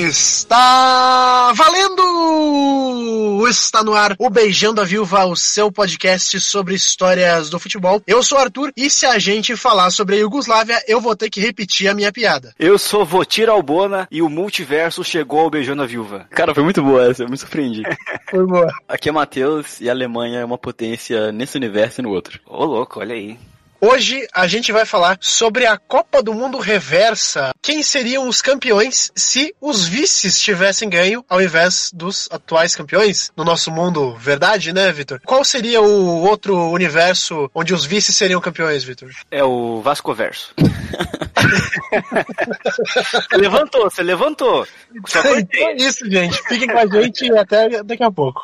Está valendo! Está no ar o Beijando a Viúva, o seu podcast sobre histórias do futebol. Eu sou o Arthur e se a gente falar sobre a Iugoslávia, eu vou ter que repetir a minha piada. Eu sou Votir Albona e o multiverso chegou ao Beijando a Viúva. Cara, foi muito boa essa, eu me surpreendi. Foi boa. Aqui é Matheus e a Alemanha é uma potência nesse universo e no outro. Ô louco, olha aí. Hoje a gente vai falar sobre a Copa do Mundo Reversa. Quem seriam os campeões se os vices tivessem ganho ao invés dos atuais campeões? No nosso mundo, verdade, né, Vitor? Qual seria o outro universo onde os vices seriam campeões, Vitor? É o Vascoverso. Você levantou. Só então é isso, gente. Fiquem com a gente e até daqui a pouco.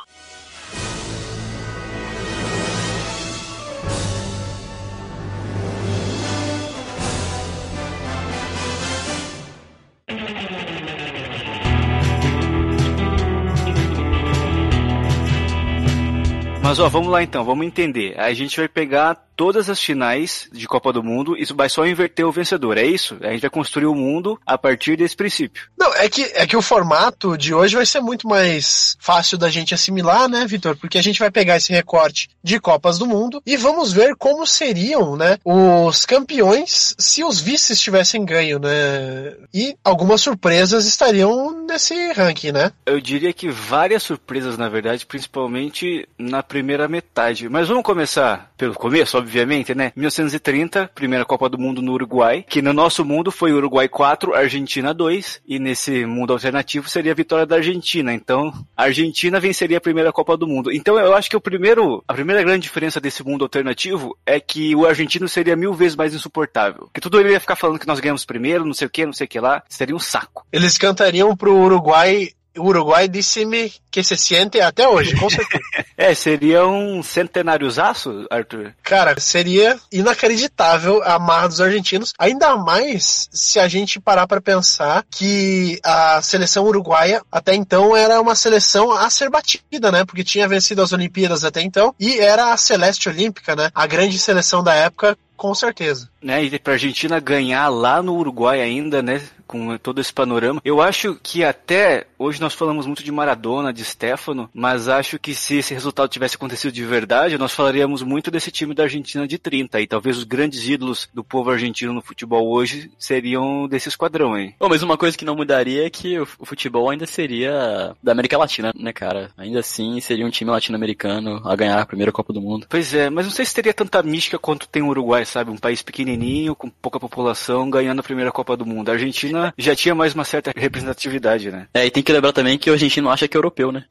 Mas vamos lá então, vamos entender. A gente vai pegar todas as finais de Copa do Mundo, isso vai só inverter o vencedor, é isso? A gente vai construir o mundo a partir desse princípio. Não, é que o formato de hoje vai ser muito mais fácil da gente assimilar, né, Vitor? Porque a gente vai pegar esse recorte de Copas do Mundo e vamos ver como seriam, né, os campeões se os vices tivessem ganho, né? E algumas surpresas estariam nesse ranking, né? Eu diria que várias surpresas, na verdade, principalmente na primeira metade. Mas vamos começar pelo começo, obviamente, né? 1930, primeira Copa do Mundo no Uruguai, que no nosso mundo foi Uruguai 4, Argentina 2, e nesse mundo alternativo seria a vitória da Argentina. Então, a Argentina venceria a primeira Copa do Mundo. Então, eu acho que a primeira grande diferença desse mundo alternativo é que o argentino seria 1000 vezes mais insuportável. Que tudo ele ia ficar falando que nós ganhamos primeiro, não sei o que lá, seria um saco. Eles cantariam pro Uruguai... O Uruguai disse-me que se sente até hoje, com certeza. Seria um centenáriozaço, Arthur? Cara, seria inacreditável a marra dos argentinos, ainda mais se a gente parar pra pensar que a seleção uruguaia até então era uma seleção a ser batida, né? Porque tinha vencido as Olimpíadas até então e era a Celeste Olímpica, né? A grande seleção da época, com certeza. Né, e pra Argentina ganhar lá no Uruguai ainda, né, com todo esse panorama. Eu acho que até, hoje nós falamos muito de Maradona, de Stefano, mas acho que se esse resultado tivesse acontecido de verdade, nós falaríamos muito desse time da Argentina de 30, e talvez os grandes ídolos do povo argentino no futebol hoje seriam desse esquadrão, hein. Bom, mas uma coisa que não mudaria é que o futebol ainda seria da América Latina, né, cara? Ainda assim, seria um time latino-americano a ganhar a primeira Copa do Mundo. Pois é, mas não sei se teria tanta mística quanto tem o Uruguai, sabe? Um país pequenininho, com pouca população, ganhando a primeira Copa do Mundo. A Argentina já tinha mais uma certa representatividade, né? E tem que lembrar também que o argentino acha que é europeu, né?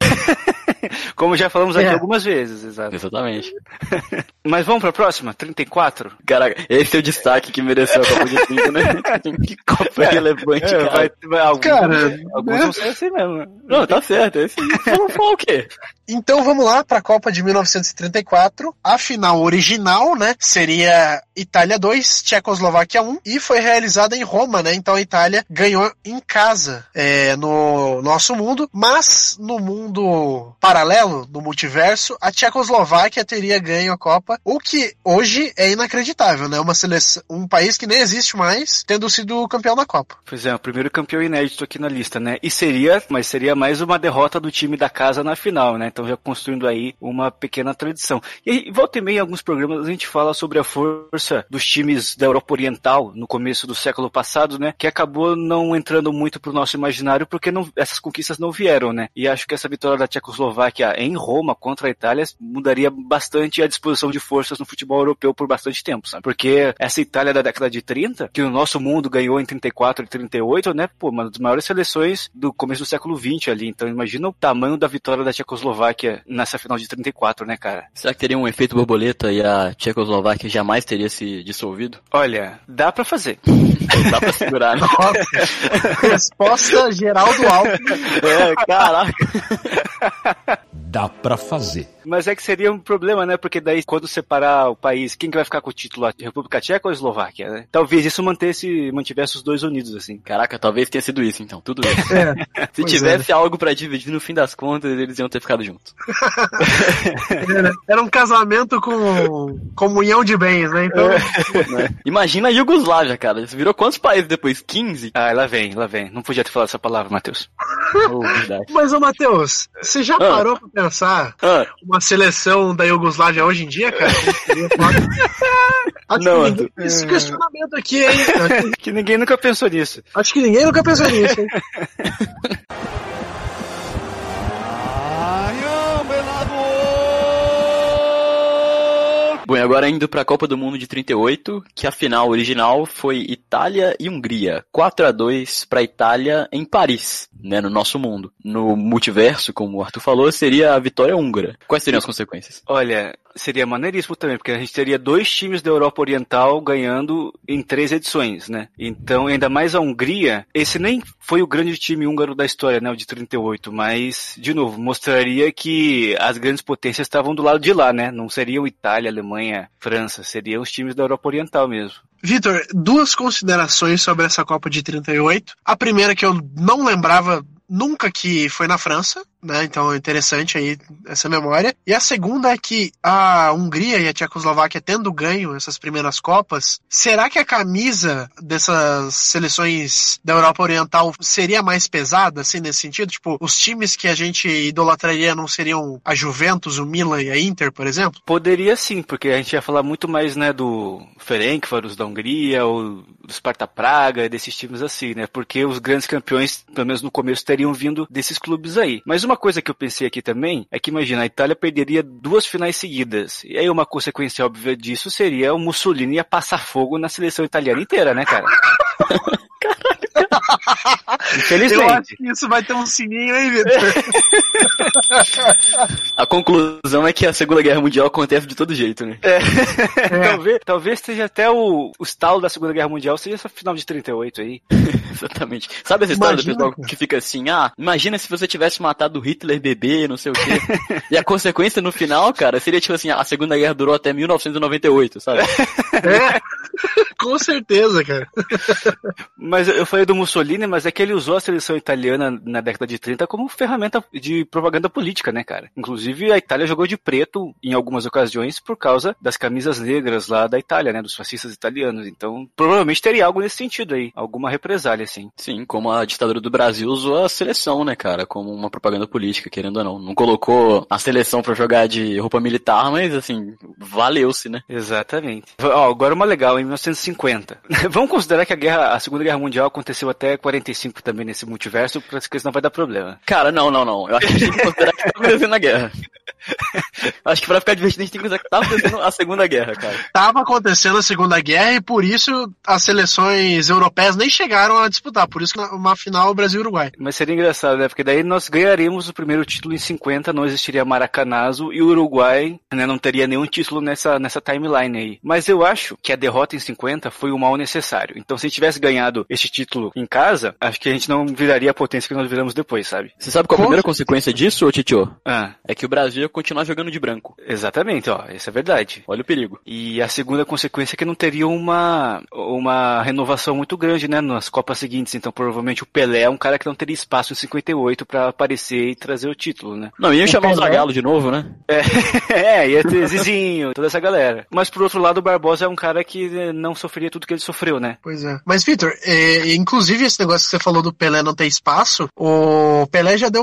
Como já falamos aqui algumas vezes, exato. Exatamente. Mas vamos pra próxima? 34? Caraca, esse é o destaque que mereceu a Copa de 30, né? Que Copa relevante, cara. Alguns vão ser assim mesmo. Não, tá certo. Vamos falar o quê? Então vamos lá para a Copa de 1934. A final original, né, seria Itália 2, Tchecoslováquia 1 e foi realizada em Roma, né? Então a Itália ganhou em casa no nosso mundo, mas no mundo paralelo, no multiverso, a Tchecoslováquia teria ganho a Copa, o que hoje é inacreditável, né? Uma seleção, um país que nem existe mais, tendo sido campeão da Copa. Pois é, o primeiro campeão inédito aqui na lista, né? E seria mais uma derrota do time da casa na final, né? Então já construindo aí uma pequena tradição. E aí, volta e meia em alguns programas a gente fala sobre a força dos times da Europa Oriental no começo do século passado, né? Que acabou não entrando muito pro nosso imaginário porque essas conquistas não vieram, né? E acho que essa vitória da Tchecoslováquia em Roma contra a Itália mudaria bastante a disposição de forças no futebol europeu por bastante tempo, sabe? Porque essa Itália da década de 30, que o nosso mundo ganhou em 34 e 38, né? Pô, uma das maiores seleções do começo do século 20 ali. Então imagina o tamanho da vitória da Tchecoslováquia nessa final de 34, né, cara? Será que teria um efeito borboleta e a Tchecoslováquia jamais teria se dissolvido? Olha, dá pra fazer. Dá pra segurar, né? Nossa. Resposta geral do álbum. Caraca. dá pra fazer. Mas é que seria um problema, né? Porque daí, quando separar o país, quem que vai ficar com o título? A República Tcheca ou a Eslováquia, né? Talvez isso mantivesse os dois unidos, assim. Caraca, talvez tenha sido isso, então. Tudo isso. Se tivesse algo pra dividir, no fim das contas, eles iam ter ficado juntos. Era um casamento com comunhão de bens, né? Então... Imagina a Iugoslávia, cara. Virou quantos países depois? 15? Ah, lá vem. Não podia ter falado essa palavra, Matheus. Verdade. Mas, ô Matheus, você já parou pra pensar uma seleção da Iugoslávia hoje em dia, cara? Não, esse questionamento aqui, hein? Que ninguém nunca pensou nisso. Acho que ninguém nunca pensou nisso, hein? Bom, e agora indo pra Copa do Mundo de 38, que a final original foi Itália e Hungria. 4-2 pra Itália em Paris, né, no nosso mundo. No multiverso, como o Arthur falou, seria a vitória húngara. Quais seriam as consequências? Olha, seria maneiríssimo também, porque a gente teria 2 times da Europa Oriental ganhando em 3 edições, né? Então, ainda mais a Hungria, esse nem foi o grande time húngaro da história, né, o de 38, mas, de novo, mostraria que as grandes potências estavam do lado de lá, né? Não seriam Itália, Alemanha, França, seriam os times da Europa Oriental mesmo. Vitor, 2 considerações sobre essa Copa de 38. A primeira que eu não lembrava nunca que foi na França, né? Então é interessante aí essa memória. E a segunda é que a Hungria e a Tchecoslováquia tendo ganho essas primeiras Copas, será que a camisa dessas seleções da Europa Oriental seria mais pesada, assim, nesse sentido? Tipo, os times que a gente idolatraria não seriam a Juventus, o Milan e a Inter, por exemplo? Poderia sim, porque a gente ia falar muito mais, né, do Ferencváros da Hungria, ou do Sparta Praga, desses times assim, né? Porque os grandes campeões, pelo menos no começo, teriam vindo desses clubes aí. Mas uma coisa que eu pensei aqui também é que, imagina, a Itália perderia 2 finais seguidas. E aí uma consequência óbvia disso seria o Mussolini ia passar fogo na seleção italiana inteira, né, cara? Infelizmente. Eu acho que isso vai ter um sininho, hein, Vitor? A conclusão é que a Segunda Guerra Mundial acontece de todo jeito, né? Talvez seja até o estalo da Segunda Guerra Mundial, seja essa final de 38 aí. Exatamente. Sabe essa história do pessoal que fica assim, imagina se você tivesse matado Hitler bebê, não sei o quê. E a consequência no final, cara, seria tipo assim, a Segunda Guerra durou até 1998, sabe? Com certeza, cara. Mas eu falei do Mussolini, mas é que ele usou a seleção italiana na década de 30 como ferramenta de propaganda política, né, cara? Inclusive, a Itália jogou de preto em algumas ocasiões por causa das camisas negras lá da Itália, né, dos fascistas italianos. Então, provavelmente teria algo nesse sentido aí, alguma represália, assim. Sim, como a ditadura do Brasil usou a seleção, né, cara, como uma propaganda política, querendo ou não. Não colocou a seleção pra jogar de roupa militar, mas, assim, valeu-se, né? Exatamente. Agora uma legal, em 1950. Vamos considerar que a Segunda Guerra Mundial aconteceu até 45 também nesse multiverso, porque senão vai dar problema. Cara, não. Eu acho que a gente tem que considerar que tá acontecendo na guerra. Acho que pra ficar divertido a gente tem que considerar que tava acontecendo a Segunda Guerra, cara. Tava acontecendo a Segunda Guerra e por isso as seleções europeias nem chegaram a disputar. Por isso que uma final Brasil-Uruguai. Mas seria engraçado, né? Porque daí nós ganharíamos o primeiro título em 50, não existiria Maracanazo e o Uruguai, né, não teria nenhum título nessa timeline aí. Mas eu acho que a derrota em 50 foi o mal necessário. Então se a gente tivesse ganhado esse título em casa, acho que a gente não viraria a potência que nós viramos depois, sabe? Você sabe qual a primeira consequência disso, ô Titio? Ah. É que o Brasil ia continuar jogando de branco. Exatamente, isso é verdade. Olha o perigo. E a segunda consequência é que não teria uma renovação muito grande, né, nas Copas seguintes. Então provavelmente o Pelé é um cara que não teria espaço em 58 pra aparecer e trazer o título, né? Não, ia chamar o Zagallo de novo, né? Ia ter Zizinho, toda essa galera. Mas por outro lado, o Barbosa é um cara que não sofreria tudo que ele sofreu, né? Pois é. Mas, Vitor, inclusive esse negócio que você falou do Pelé não ter espaço, o Pelé já deu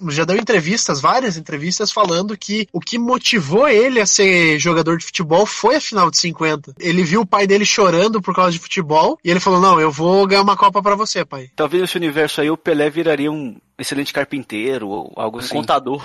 várias entrevistas falando que o que motivou ele a ser jogador de futebol foi a final de 50. Ele viu o pai dele chorando por causa de futebol e ele falou, não, eu vou ganhar uma Copa pra você, pai. Talvez nesse universo aí o Pelé viraria um excelente carpinteiro ou algo assim. Contador.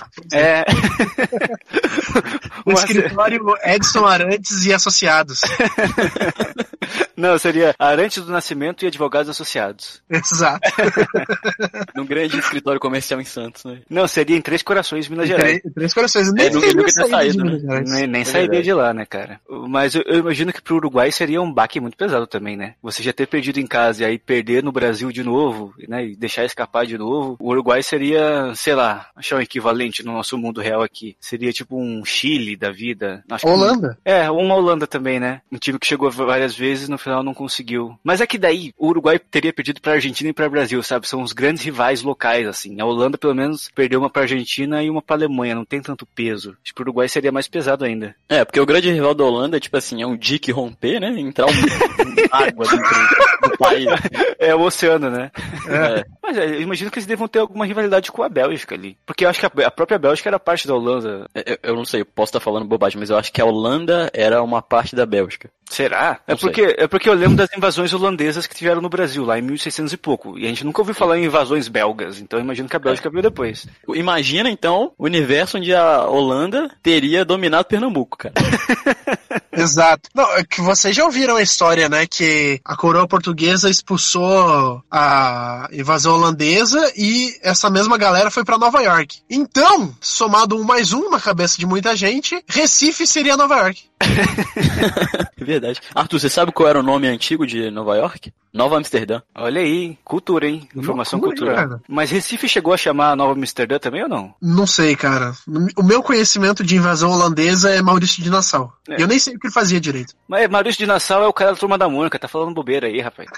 O escritório Edson Arantes e Associados. Não, seria Arantes do Nascimento e Advogados Associados. Exato. Num grande escritório comercial em Santos, né? Não, seria em Três Corações, Minas Gerais. Três Corações. Nem nunca tinha saído, né? Nem sairia de lá, né, cara? Mas eu imagino que pro Uruguai seria um baque muito pesado também, né? Você já ter perdido em casa e aí perder no Brasil de novo, né? E deixar escapar de novo. O Uruguai seria, sei lá, achar um equivalente no nosso mundo real aqui. Seria tipo um Chile da vida. Acho Holanda? Uma Holanda também, né? Um time que chegou várias vezes e no final não conseguiu. Mas é que daí o Uruguai teria perdido pra Argentina e pra Brasil, sabe? São os grandes rivais locais, assim. A Holanda, pelo menos, perdeu uma pra Argentina e uma pra Alemanha. Não tem tanto peso. Acho que o Uruguai seria mais pesado ainda. Porque o grande rival da Holanda, tipo assim, é um dique romper, né? Entrar água dentro do país. É o oceano, né? É. Mas eu imagino que eles devam ter alguma rivalidade com a Bélgica ali. Porque eu acho que a própria Bélgica era parte da Holanda. Eu não sei, eu posso estar falando bobagem, mas eu acho que a Holanda era uma parte da Bélgica. Será? É porque eu lembro das invasões holandesas que tiveram no Brasil, lá em 1600 e pouco. E a gente nunca ouviu falar em invasões belgas, então eu imagino que a Bélgica veio depois. Imagina, então, o universo onde a Holanda teria dominado Pernambuco, cara. Exato. Não, é que vocês já ouviram a história, né? Que a coroa portuguesa expulsou a invasão holandesa e essa mesma galera foi pra Nova York. Então, somado 1 mais 1 na cabeça de muita gente, Recife seria Nova York. Verdade. Arthur, você sabe qual era o nome antigo de Nova York? Nova Amsterdã. Olha aí, cultura, hein? Informação cultural. Cara. Mas Recife chegou a chamar a Nova Amsterdã também ou não? Não sei, cara. O meu conhecimento de invasão holandesa é Maurício de Nassau. É. Eu nem sei o que ele fazia direito. Mas Maurício de Nassau é o cara da Turma da Mônica, tá falando bobeira aí, rapaz.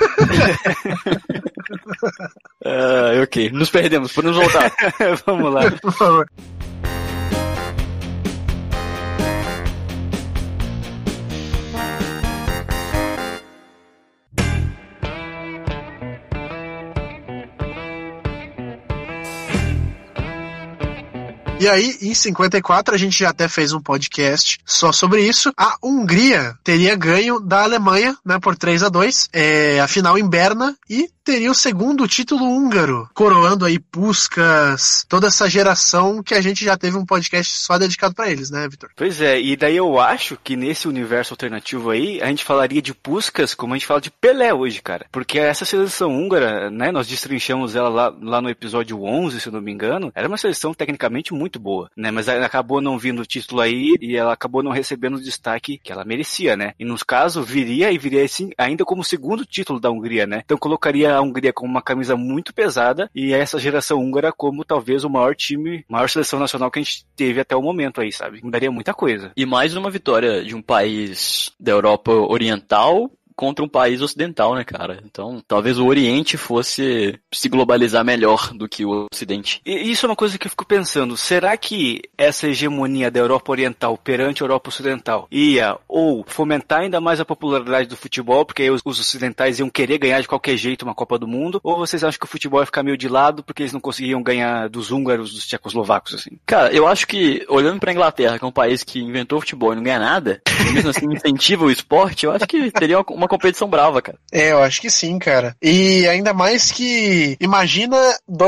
Ok, nos perdemos, podemos voltar. Vamos lá. Por favor. E aí, em 54, a gente já até fez um podcast só sobre isso. A Hungria teria ganho da Alemanha, né, por 3-2, a final em Berna, e teria o segundo título húngaro, coroando aí Puskás, toda essa geração que a gente já teve um podcast só dedicado pra eles, né, Vitor? Pois é, e daí eu acho que nesse universo alternativo aí, a gente falaria de Puskás como a gente fala de Pelé hoje, cara. Porque essa seleção húngara, né, nós destrinchamos ela lá no episódio 11, se eu não me engano, era uma seleção tecnicamente muito boa, né, mas ela acabou não vindo o título aí e ela acabou não recebendo o destaque que ela merecia, né. E nos casos, viria assim, ainda como segundo título da Hungria, né. Então colocaria a Hungria com uma camisa muito pesada e essa geração húngara como talvez o maior time, maior seleção nacional que a gente teve até o momento aí, sabe? Mudaria muita coisa. E mais uma vitória de um país da Europa Oriental contra um país ocidental, né, cara? Então, talvez o Oriente fosse se globalizar melhor do que o Ocidente. E isso é uma coisa que eu fico pensando. Será que essa hegemonia da Europa Oriental perante a Europa Ocidental ia ou fomentar ainda mais a popularidade do futebol, porque aí os ocidentais iam querer ganhar de qualquer jeito uma Copa do Mundo, ou vocês acham que o futebol ia ficar meio de lado porque eles não conseguiam ganhar dos húngaros, dos tchecoslovacos, assim? Cara, eu acho que, olhando pra Inglaterra, que é um país que inventou o futebol e não ganha nada, e mesmo assim incentiva o esporte, eu acho que teria uma competição brava, cara. Eu acho que sim, cara. E ainda mais que, imagina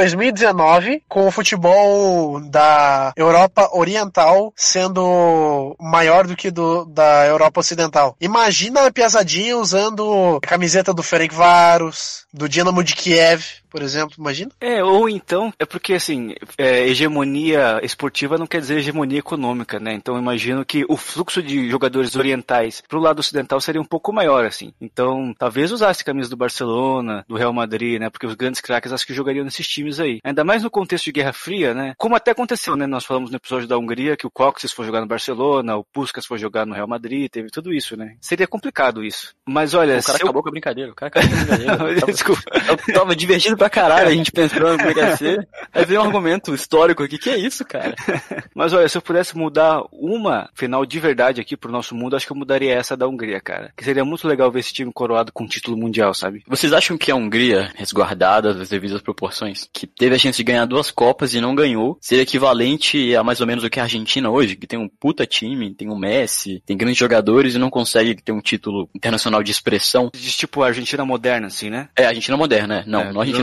2019 com o futebol da Europa Oriental sendo maior do que da Europa Ocidental. Imagina a piazadinha usando a camiseta do Ferencváros, do Dinamo de Kiev, por exemplo, imagina? Ou então, é porque assim, hegemonia esportiva não quer dizer hegemonia econômica, né? Então eu imagino que o fluxo de jogadores orientais pro lado ocidental seria um pouco maior, assim. Então, talvez usasse camisa do Barcelona, do Real Madrid, né? Porque os grandes craques acho que jogariam nesses times aí. Ainda mais no contexto de Guerra Fria, né? Como até aconteceu, né? Nós falamos no episódio da Hungria que o Kocsis foi jogar no Barcelona, o Puskás foi jogar no Real Madrid, teve tudo isso, né? Seria complicado isso. Mas olha... O cara acabou com a brincadeira. Desculpa. Eu tava divertido pra caralho, a gente pensando como é que ia ser. Aí veio um argumento histórico aqui, que é isso, cara? Mas olha, se eu pudesse mudar uma final de verdade aqui pro nosso mundo, acho que eu mudaria essa da Hungria, cara. Que seria muito legal ver esse time coroado com título mundial, sabe? Vocês acham que a Hungria, resguardada das devidas proporções, que teve a chance de ganhar 2 Copas e não ganhou, seria equivalente a mais ou menos o que a Argentina hoje, que tem um puta time, tem o Messi, tem grandes jogadores e não consegue ter um título internacional de expressão? Tipo a Argentina moderna, assim, né? A Argentina moderna, né? Não a Argentina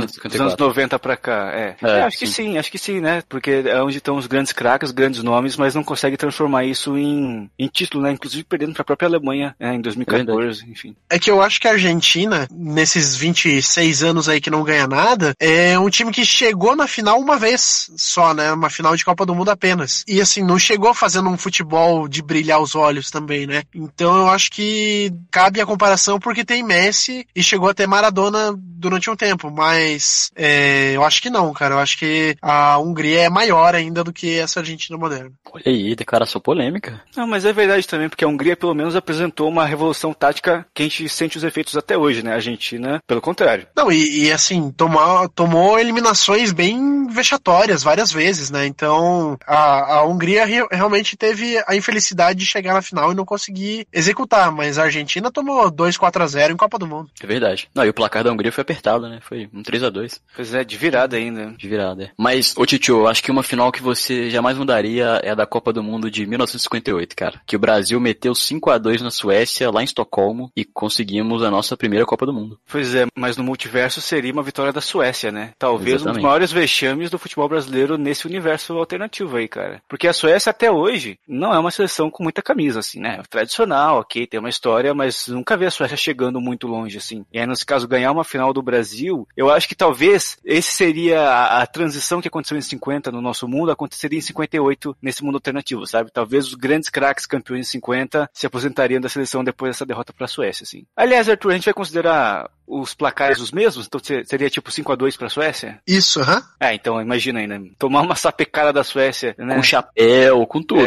Dos anos 90 pra cá, acho que sim, né? Porque é onde estão os grandes craques, os grandes nomes, mas não consegue transformar isso em título, né? Inclusive perdendo pra própria Alemanha em 2014, enfim. É que eu acho que a Argentina, nesses 26 anos aí que não ganha nada, é um time que chegou na final uma vez só, né? Uma final de Copa do Mundo apenas. E assim, não chegou fazendo um futebol de brilhar os olhos também, né? Então eu acho que cabe a comparação porque tem Messi e chegou a ter Maradona durante um tempo, mas eu acho que não, cara. Eu acho que a Hungria é maior ainda do que essa Argentina moderna. Olha aí, declaração polêmica. Não, mas é verdade também, porque a Hungria pelo menos apresentou uma revolução tática que a gente sente os efeitos até hoje, né? A Argentina, pelo contrário. Não, e assim, tomou eliminações bem vexatórias várias vezes, né? Então, a Hungria realmente teve a infelicidade de chegar na final e não conseguir executar, mas a Argentina tomou 2-4-0 em Copa do Mundo. É verdade. Não, e o placar da Hungria foi apertado, né? Foi um 3-2. Pois é, de virada ainda. De virada, é. Mas, ô Titio, eu acho que uma final que você jamais mudaria é a da Copa do Mundo de 1958, cara. Que o Brasil meteu 5-2 na Suécia, lá em Estocolmo, e conseguimos a nossa primeira Copa do Mundo. Pois é, mas no multiverso seria uma vitória da Suécia, né? Talvez Exatamente. um dos maiores vexames do futebol brasileiro nesse universo alternativo aí, cara. Porque a Suécia até hoje não é uma seleção com muita camisa, assim, né? Tradicional, ok, tem uma história, mas nunca vi a Suécia chegando muito longe, assim. E aí, nesse caso, ganhar uma final do Brasil, eu acho que talvez esse seria a transição que aconteceu em 50 no nosso mundo, aconteceria em 58 nesse mundo alternativo, sabe? Talvez os grandes craques campeões em 50 se aposentariam da seleção depois dessa derrota pra Suécia, assim. Aliás, Arthur, a gente vai considerar os placares os mesmos? Então seria tipo 5-2 pra Suécia? Isso, aham. Então imagina aí, né? Tomar uma sapecada da Suécia, né? Com chapéu, com tudo.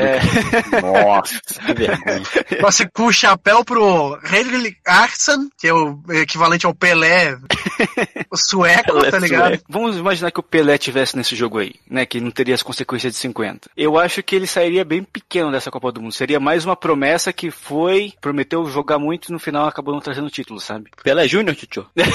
Nossa, que vergonha. Você com o chapéu pro Henrik Larsson, que é o equivalente ao Pelé, o sueco, Pelé tá ligado? sueco. Vamos imaginar que o Pelé tivesse nesse jogo aí, né? Que não teria as consequências de 50. Eu acho que ele sairia bem pequeno dessa Copa do Mundo. Seria mais uma promessa que prometeu jogar muito e no final acabou não trazendo título, sabe? Pelé Júnior, Titio.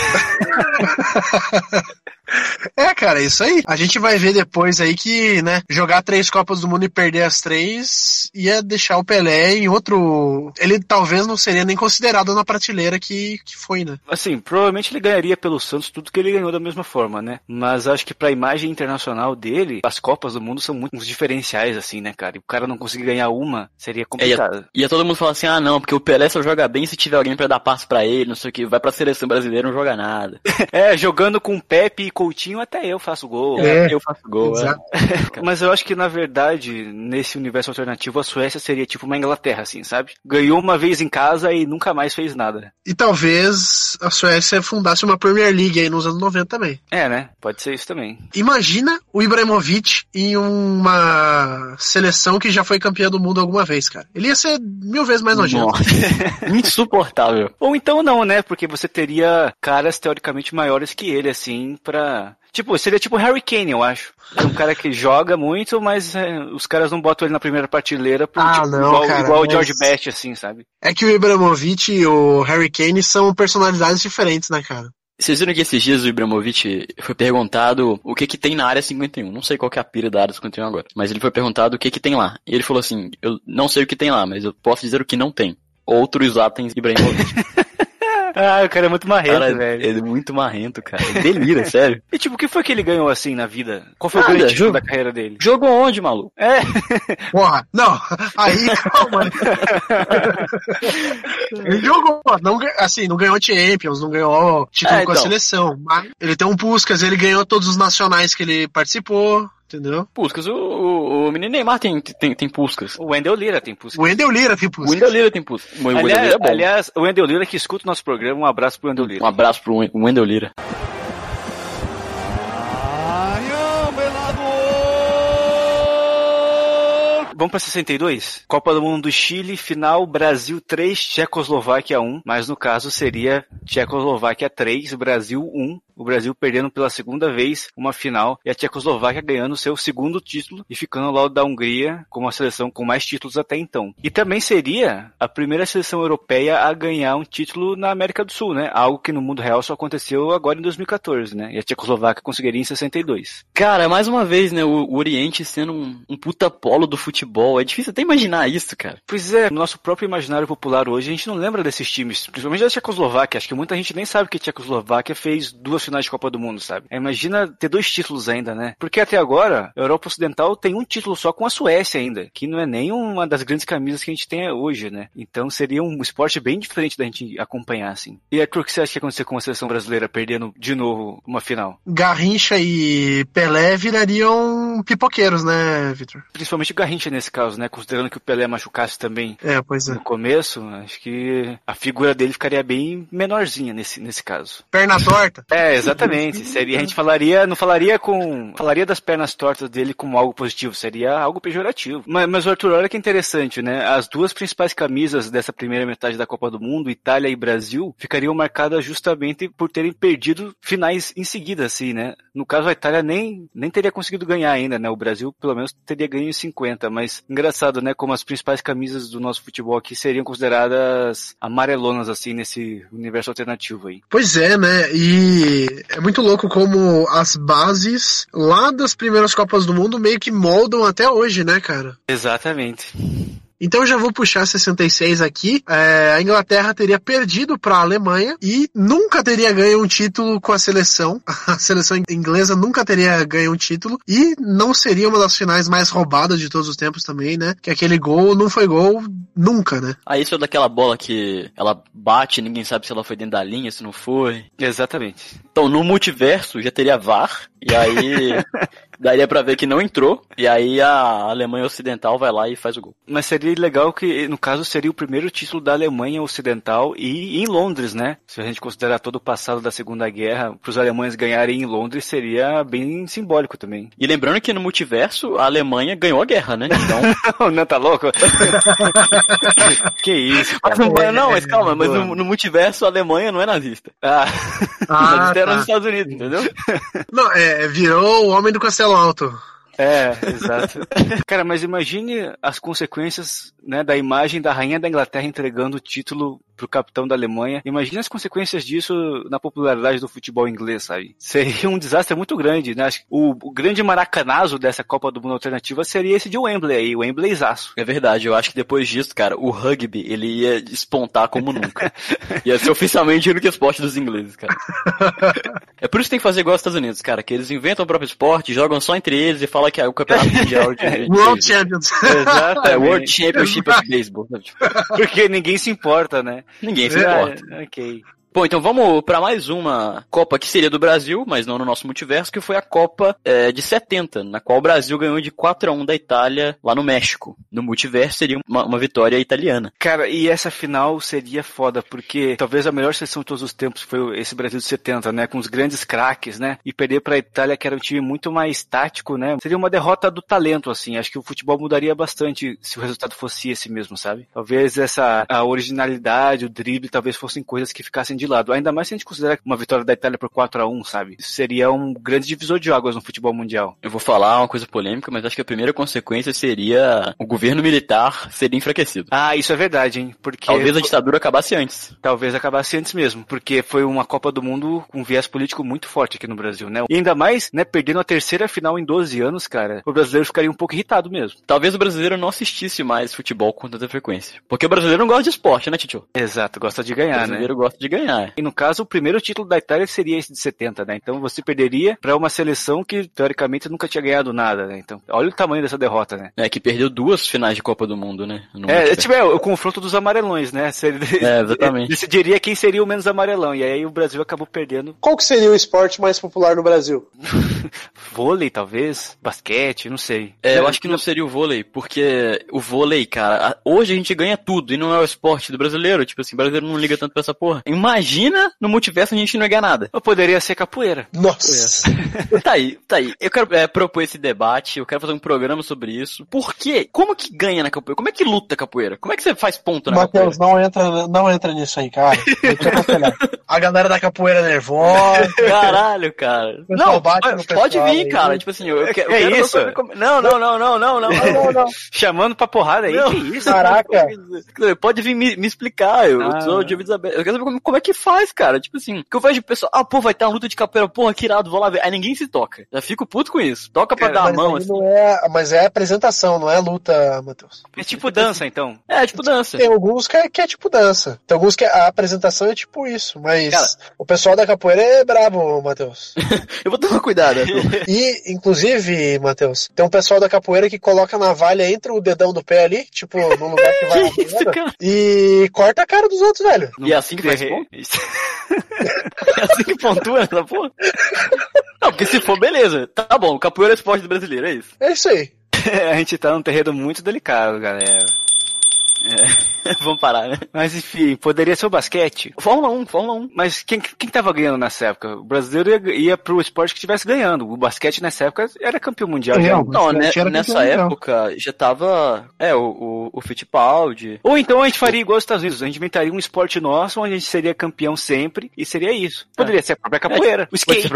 Cara, isso aí. A gente vai ver depois aí que, né, jogar 3 Copas do Mundo e perder as 3 ia deixar o Pelé em outro... Ele talvez não seria nem considerado na prateleira que foi, né? Assim, provavelmente ele ganharia pelo Santos tudo que ele ganhou da mesma forma, né? Mas acho que pra imagem internacional dele, as Copas do Mundo são muito uns diferenciais, assim, né, cara? E o cara não conseguir ganhar uma seria complicado. Ia todo mundo falar assim, não, porque o Pelé só joga bem se tiver alguém pra dar passe pra ele, não sei o que, vai pra seleção brasileira, não joga nada. Jogando com Pepe e Coutinho, até eu faço gol. Eu faço gol. Exato. Mas eu acho que, na verdade, nesse universo alternativo, a Suécia seria tipo uma Inglaterra, assim, sabe? Ganhou uma vez em casa e nunca mais fez nada. E talvez a Suécia fundasse uma Premier League aí nos anos 90 também. Né? Pode ser isso também. Imagina o Ibrahimovic em uma seleção que já foi campeã do mundo alguma vez, cara. Ele ia ser 1000 vezes mais nojento. Insuportável. Ou então não, né? Porque você teria caras teoricamente maiores que ele, assim, pra... seria tipo Harry Kane, eu acho. É um cara que joga muito, mas os caras não botam ele na primeira prateleira igual o George Best, assim, sabe? É que o Ibrahimovic e o Harry Kane são personalidades diferentes, né, cara? Vocês viram que esses dias o Ibrahimovic foi perguntado o que tem na área 51. Não sei qual que é a pira da área 51 agora. Mas ele foi perguntado o que tem lá. E ele falou assim, eu não sei o que tem lá, mas eu posso dizer o que não tem. Outro Zlatan Ibrahimovic. O cara é muito marrento, velho. Ele é muito marrento, cara. Ele delira, sério. E o que foi que ele ganhou assim na vida? Qual foi o grande título da carreira dele? Jogou onde, maluco? Porra, não. Aí, calma. Ele jogou, não ganhou Champions, não ganhou título com a seleção. Mas ele tem um Puskás, ele ganhou todos os nacionais que ele participou. Entendeu? Puskás, o menino Neymar tem Puskás. O Wendel Lira tem Puskás. O Wendel Lira tem Puskás. Aliás, o Wendel Lira que escuta o nosso programa, um abraço pro Wendel Lira. Um abraço pro Wendel Lira. Vamos pra 62? Copa do Mundo do Chile, final, Brasil 3, Tchecoslováquia 1. Mas no caso seria Tchecoslováquia 3, Brasil 1. O Brasil perdendo pela segunda vez uma final e a Tchecoslováquia ganhando seu segundo título e ficando ao lado da Hungria como a seleção com mais títulos até então. E também seria a primeira seleção europeia a ganhar um título na América do Sul, né? Algo que no mundo real só aconteceu agora em 2014, né? E a Tchecoslováquia conseguiria em 62. Cara, mais uma vez, né? O Oriente sendo um puta polo do futebol futebol. É difícil até imaginar isso, cara. Pois é, no nosso próprio imaginário popular hoje, a gente não lembra desses times, principalmente da Tchecoslováquia. Acho que muita gente nem sabe que a Tchecoslováquia fez 2 finais de Copa do Mundo, sabe? Imagina ter 2 títulos ainda, né? Porque até agora, a Europa Ocidental tem um título só com a Suécia ainda, que não é nem uma das grandes camisas que a gente tem hoje, né? Então seria um esporte bem diferente da gente acompanhar, assim. E Arthur, o que você acha que ia acontecer com a seleção brasileira perdendo de novo uma final? Garrincha e Pelé virariam pipoqueiros, né, Vitor? Principalmente o Garrincha nesse caso, né? Considerando que o Pelé machucasse também pois é. no começo, acho que a figura dele ficaria bem menorzinha nesse caso. Perna torta? Exatamente. Seria, a gente não falaria das pernas tortas dele como algo positivo, seria algo pejorativo. Mas Arthur, olha que interessante, né? As 2 principais camisas dessa primeira metade da Copa do Mundo, Itália e Brasil, ficariam marcadas justamente por terem perdido finais em seguida, assim, né? No caso, a Itália nem teria conseguido ganhar ainda, né? O Brasil, pelo menos, teria ganho em 50, mas engraçado, né? Como as principais camisas do nosso futebol aqui seriam consideradas amarelonas, assim, nesse universo alternativo aí. Pois é, né? E é muito louco como as bases lá das primeiras Copas do Mundo meio que moldam até hoje, né, cara? Exatamente. Então eu já vou puxar 66 aqui. A Inglaterra teria perdido para a Alemanha e nunca teria ganho um título com a seleção. A seleção inglesa nunca teria ganho um título e não seria uma das finais mais roubadas de todos os tempos também, né? Que aquele gol não foi gol nunca, né? Isso é daquela bola que ela bate, ninguém sabe se ela foi dentro da linha, se não foi. Exatamente. Então, no multiverso já teria VAR, e aí daria pra ver que não entrou, e aí a Alemanha Ocidental vai lá e faz o gol. Mas seria legal que, no caso, seria o primeiro título da Alemanha Ocidental e em Londres, né? Se a gente considerar todo o passado da Segunda Guerra, para os alemães ganharem em Londres seria bem simbólico também. E lembrando que no multiverso a Alemanha ganhou a guerra, né? Então... Não, tá louco? Que isso, cara. Mas calma, mas no multiverso a Alemanha não é nazista. Nazista era nos Estados Unidos, entendeu? Não, virou o homem do Castelo Alto. Exato. Cara, mas imagine as consequências, né, da imagem da rainha da Inglaterra entregando o título pro capitão da Alemanha. Imagina as consequências disso na popularidade do futebol inglês, sabe? Seria um desastre muito grande, né? Acho que o grande maracanazo dessa Copa do Mundo alternativa seria esse de Wembley aí, o Wembleyzaço. É verdade, eu acho que depois disso, cara, o rugby, ele ia despontar como nunca. Ia ser oficialmente o único esporte dos ingleses, cara. É por isso que tem que fazer igual aos Estados Unidos, cara, que eles inventam o próprio esporte, jogam só entre eles e falam que é o campeonato mundial de World Champions. Exato. World Championship of Baseball. Porque ninguém se importa, né? Ninguém se importa. Ok. Bom, então vamos para mais uma Copa que seria do Brasil, mas não no nosso multiverso, que foi a Copa de 70, na qual o Brasil ganhou de 4-1 da Itália lá no México. No multiverso seria uma vitória italiana. Cara, e essa final seria foda, porque talvez a melhor seleção de todos os tempos foi esse Brasil de 70, né? Com os grandes craques, né? E perder pra Itália, que era um time muito mais tático, né? Seria uma derrota do talento, assim. Acho que o futebol mudaria bastante se o resultado fosse esse mesmo, sabe? Talvez a originalidade, o drible, talvez fossem coisas que ficassem de lado. Ainda mais se a gente considerar uma vitória da Itália por 4-1, sabe? Isso seria um grande divisor de águas no futebol mundial. Eu vou falar uma coisa polêmica, mas acho que a primeira consequência seria o governo militar seria enfraquecido. Isso é verdade, hein? Porque talvez a ditadura acabasse antes. Talvez acabasse antes mesmo, porque foi uma Copa do Mundo com um viés político muito forte aqui no Brasil, né? E ainda mais, né, perdendo a terceira final em 12 anos, cara, o brasileiro ficaria um pouco irritado mesmo. Talvez o brasileiro não assistisse mais futebol com tanta frequência. Porque o brasileiro não gosta de esporte, né, Titio? Exato, gosta de ganhar, né? O brasileiro gosta de ganhar. E no caso, o primeiro título da Itália seria esse de 70, né? Então você perderia pra uma seleção que, teoricamente, nunca tinha ganhado nada, né? Então, olha o tamanho dessa derrota, né? Que perdeu 2 finais de Copa do Mundo, né? O confronto dos amarelões, né? Exatamente. Decidiria quem seria o menos amarelão, e aí o Brasil acabou perdendo. Qual que seria o esporte mais popular no Brasil? Vôlei, talvez? Basquete, não sei. Eu acho que não seria o vôlei, porque o vôlei, cara, hoje a gente ganha tudo, e não é o esporte do brasileiro, tipo assim, o brasileiro não liga tanto pra essa porra. Imagina no multiverso a gente não ia ganhar nada. Ou poderia ser capoeira. Nossa! Tá aí. Eu quero propor esse debate, eu quero fazer um programa sobre isso. Por quê? Como que ganha na capoeira? Como é que luta a capoeira? Como é que você faz ponto na capoeira? Matheus, não entra nisso aí, cara. A galera da capoeira nervosa. Caralho, cara. Não, pode vir, aí, cara. Tipo assim, eu quero isso? Não. Chamando pra porrada aí, não. Que isso? Caraca. Pode vir me explicar, eu sou de ouvidos abertos. Eu quero saber como é que faz, cara. Tipo assim, que eu vejo o pessoal, pô, vai ter uma luta de capoeira, porra, que irado, vou lá ver. Aí ninguém se toca. Já fico puto com isso. Toca pra dar a mão, assim. Mas é apresentação, não é luta, Matheus. É tipo dança, então. É, tipo dança. Tem alguns que é tipo dança. Tem alguns que a apresentação é tipo isso. Mas cara, o pessoal da capoeira é brabo, Matheus. Eu vou tomar cuidado. E, inclusive, Matheus, tem um pessoal da capoeira que coloca a navalha entre o dedão do pé ali, tipo, no lugar que vai que isso, cara? E corta a cara dos outros, velho. E é assim que faz ponto? É assim que pontua essa porra? Não, porque se for, beleza. Tá bom, capoeira é esporte do brasileiro, é isso? É isso aí. A gente tá num terreno muito delicado, galera. Vamos parar, né? Mas enfim, poderia ser o basquete. Fórmula 1. Mas quem tava ganhando nessa época? O brasileiro ia pro esporte que estivesse ganhando. O basquete nessa época era campeão mundial. Não, nessa época já tava o Fittipaldi. Ou então a gente faria igual os Estados Unidos. A gente inventaria um esporte nosso onde a gente seria campeão sempre e seria isso. Poderia ser a própria capoeira. O skate.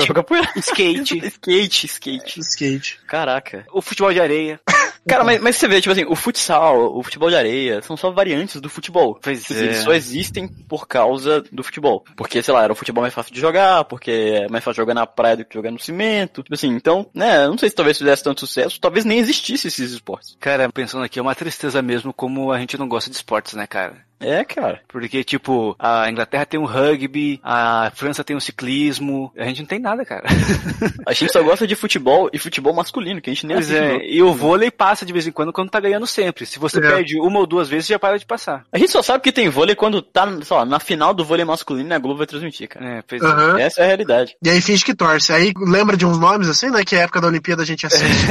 Skate. Caraca. O futebol de areia. Cara, mas você vê, tipo assim, o futsal, o futebol de areia, são só variantes do futebol. Eles só existem por causa do futebol. Porque, sei lá, era o futebol mais fácil de jogar, porque é mais fácil jogar na praia do que jogar no cimento. Tipo assim, então, né, não sei se talvez fizesse tanto sucesso, talvez nem existisse esses esportes. Cara, pensando aqui, é uma tristeza mesmo como a gente não gosta de esportes, né, cara? É, cara. Porque, tipo, a Inglaterra tem o rugby, a França tem o ciclismo, a gente não tem nada, cara. A gente só gosta de futebol e futebol masculino, que a gente nem assiste. E o vôlei passa de vez em quando tá ganhando sempre. Se você perde uma ou duas vezes, já para de passar. A gente só sabe que tem vôlei quando tá, sei lá, na final do vôlei masculino e a Globo vai transmitir, cara. Essa é a realidade. E aí finge que torce. Aí lembra de uns nomes assim, né, que a época da Olimpíada a gente assiste.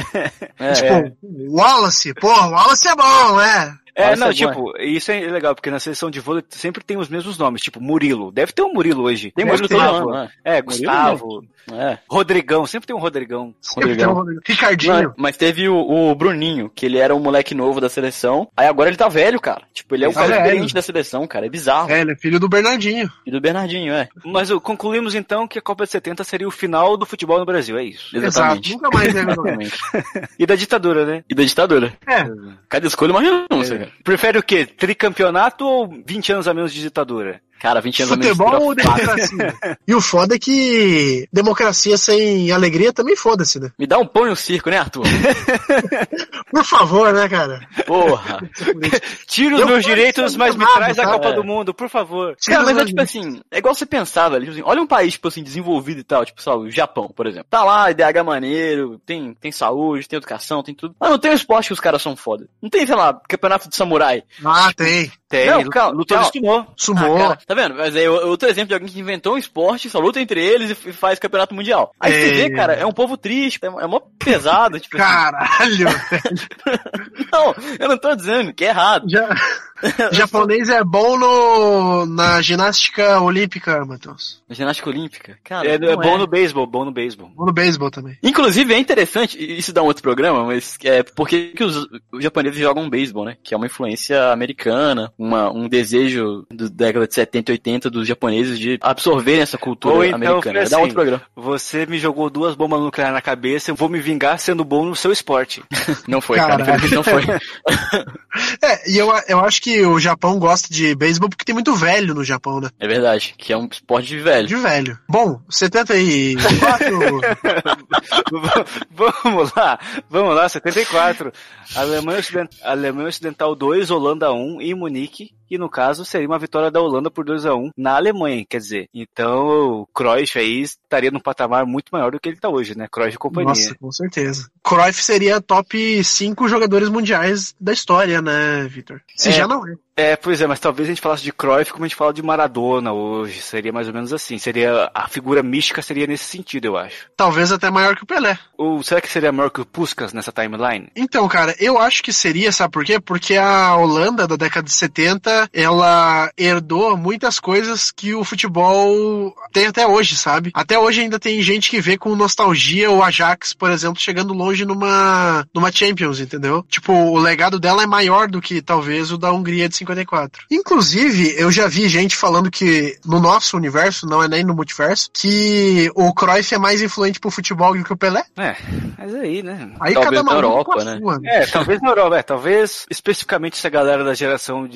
Wallace. Porra, Wallace é bom, né? Isso é legal, porque na seleção de vôlei sempre tem os mesmos nomes, tipo Murilo. Deve ter um Murilo hoje. Tem Murilo todo ano, né? Gustavo. Rodrigão, sempre tem um Rodrigão. Ricardinho. Mas teve o Bruninho, que ele era um moleque novo da seleção. Aí agora ele tá velho, cara. Tipo, ele é o cara experiente da seleção, cara. É bizarro. Ele é filho do Bernardinho. Mas concluímos então que a Copa de 70 seria o final do futebol no Brasil, é isso. Exatamente. Exato. Nunca mais exatamente. E da ditadura, né? Cada escolha é uma renúncia, cara. Prefere o quê? Tricampeonato ou 20 anos a menos de ditadura? Cara, 20 anos Futebol ou democracia? E o foda é que democracia sem alegria também foda-se, né? Me dá um pão e um circo, né, Arthur? Por favor, né, cara? Porra. Tira os meus direitos, mas me traz a Copa do Mundo, por favor. Cara, mas é tipo assim, é igual você pensava ali, tipo assim, olha um país, tipo assim, desenvolvido e tal, tipo, sabe, o Japão, por exemplo. Tá lá, IDH maneiro, tem saúde, tem educação, tem tudo. Mas não tem um esporte que os caras são foda. Não tem, sei lá, campeonato de samurai. Tem. Não, luta de sumô. Cara, tá vendo? Mas é outro exemplo de alguém que inventou um esporte, só luta entre eles e faz campeonato mundial. Aí você vê, cara, é um povo triste, é mó pesado. Tipo, caralho, Não, eu não tô dizendo que é errado. Japonês é bom na ginástica olímpica, Matheus. Na ginástica olímpica? Cara, é bom no beisebol, Bom no beisebol também. Inclusive é interessante, isso dá um outro programa, mas porque que os japoneses jogam beisebol, né? Que é uma influência americana, um desejo da década de 70 e 80 dos japoneses de absorverem essa cultura americana. Assim, dá outro programa. Você me jogou 2 bombas nucleares na cabeça, eu vou me vingar sendo bom no seu esporte. Não foi, cara, infelizmente não foi. E eu acho que o Japão gosta de beisebol porque tem muito velho no Japão, né? É verdade, que é um esporte de velho. Bom, 74... Vamos lá, 74. Alemanha Ocidental 2, Holanda 1 em Munique. E no caso seria uma vitória da Holanda por 2-1 na Alemanha, quer dizer. Então o Cruyff aí estaria num patamar muito maior do que ele está hoje, né? Cruyff e companhia. Nossa, com certeza. Cruyff seria top 5 jogadores mundiais da história, né, Vitor? Se já não é. Pois é, mas talvez a gente falasse de Cruyff como a gente fala de Maradona hoje. Seria mais ou menos assim. A figura mística seria nesse sentido, eu acho. Talvez até maior que o Pelé. Ou será que seria maior que o Puskás nessa timeline? Então, cara, eu acho que seria, sabe por quê? Porque a Holanda da década de 70, ela herdou muitas coisas que o futebol tem até hoje, sabe? Até hoje ainda tem gente que vê com nostalgia o Ajax, por exemplo, chegando longe numa Champions, entendeu? Tipo, o legado dela é maior do que talvez o da Hungria de 54. Inclusive, eu já vi gente falando que no nosso universo, não é nem no multiverso, que o Cruyff é mais influente pro futebol do que o Pelé. Mas aí, né? Aí talvez cada na Europa, né? Talvez na Europa, talvez especificamente essa galera da geração da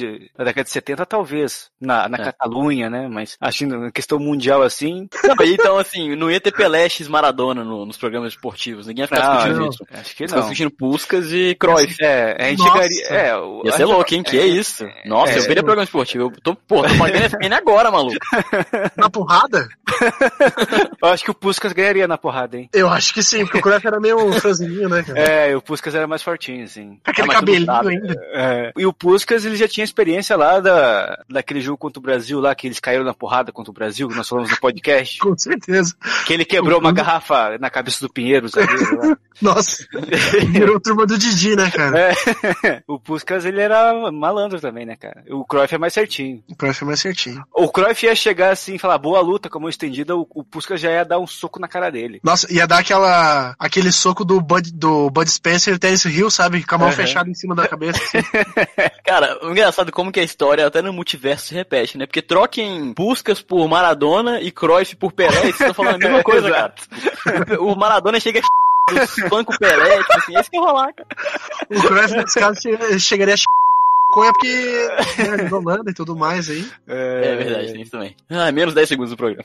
década de 70, talvez. Na Catalunha, né? Mas acho que na questão mundial, assim... Não, então, assim, não ia ter Pelé x Maradona nos programas esportivos. Ninguém ia ficar discutindo isso. Acho que não. Ficar discutindo Puskás e Cruyff. A gente chegaria... Ia ser louco, hein? Que é isso? Nossa, eu veria programa esportivo. Eu tô pagando ESPN agora, maluco. Na porrada? Eu acho que o Puskás ganharia na porrada, hein? Eu acho que sim, porque o Cruyff era meio franzininho, né, cara? O Puskás era mais fortinho, assim. Aquele cabelinho ainda. E o Puskás, ele já tinha experiência lá daquele jogo contra o Brasil lá, que eles caíram na porrada contra o Brasil, que nós falamos no podcast. Com certeza. Que ele quebrou uma garrafa na cabeça do Pinheiro, sabe? Nossa, virou turma do Didi, né, cara? O Puskás, ele era malandro também, né, cara? O Cruyff é mais certinho. O Cruyff é mais certinho. O Cruyff ia chegar assim e falar, boa luta, com a mão estendida, o Puskás já ia dar um soco na cara dele. Nossa, ia dar aquele soco do Bud Spencer e Terence Hill, sabe? Com a mão fechada em cima da cabeça. Assim. Cara, o engraçado é como que a história até no multiverso se repete, né? Porque troquem Puskás por Maradona e Cruyff por Pelé, e vocês estão falando a mesma coisa, cara. O Maradona chega espanca o Pelé, tipo assim, esse que ia rolar, cara. O Cruyff, nesse caso, chegaria a conha porque é Holanda e tudo mais aí. É verdade, tem isso também. Menos 10 segundos do programa.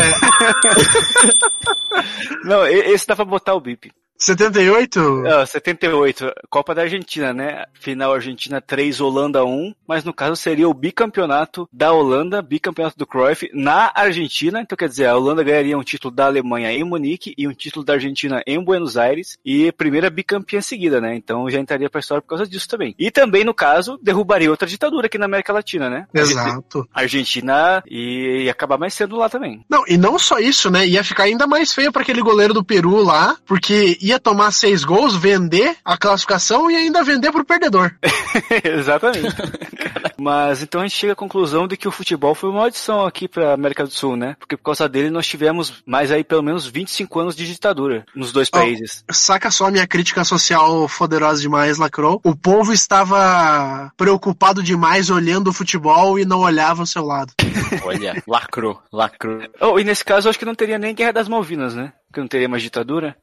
Não, esse dá pra botar o bip. 78? 78, Copa da Argentina, né? Final Argentina 3, Holanda 1, mas no caso seria o bicampeonato da Holanda, bicampeonato do Cruyff na Argentina, então quer dizer, a Holanda ganharia um título da Alemanha em Munique e um título da Argentina em Buenos Aires e primeira bicampeã seguida, né? Então já entraria pra história por causa disso também. E também, no caso, derrubaria outra ditadura aqui na América Latina, né? Exato. A Argentina ia acabar mais cedo lá também. Não, e não só isso, né? Ia ficar ainda mais feio pra aquele goleiro do Peru lá, porque ia tomar 6 gols, vender a classificação e ainda vender pro perdedor. Exatamente. Mas então a gente chega à conclusão de que o futebol foi uma maldição aqui pra América do Sul, né? Porque por causa dele nós tivemos mais aí pelo menos 25 anos de ditadura nos dois países. Saca só minha crítica social poderosa demais, Lacrou. O povo estava preocupado demais olhando o futebol e não olhava ao seu lado. Olha, lacrou. E nesse caso eu acho que não teria nem Guerra das Malvinas, né? Porque não teria mais ditadura.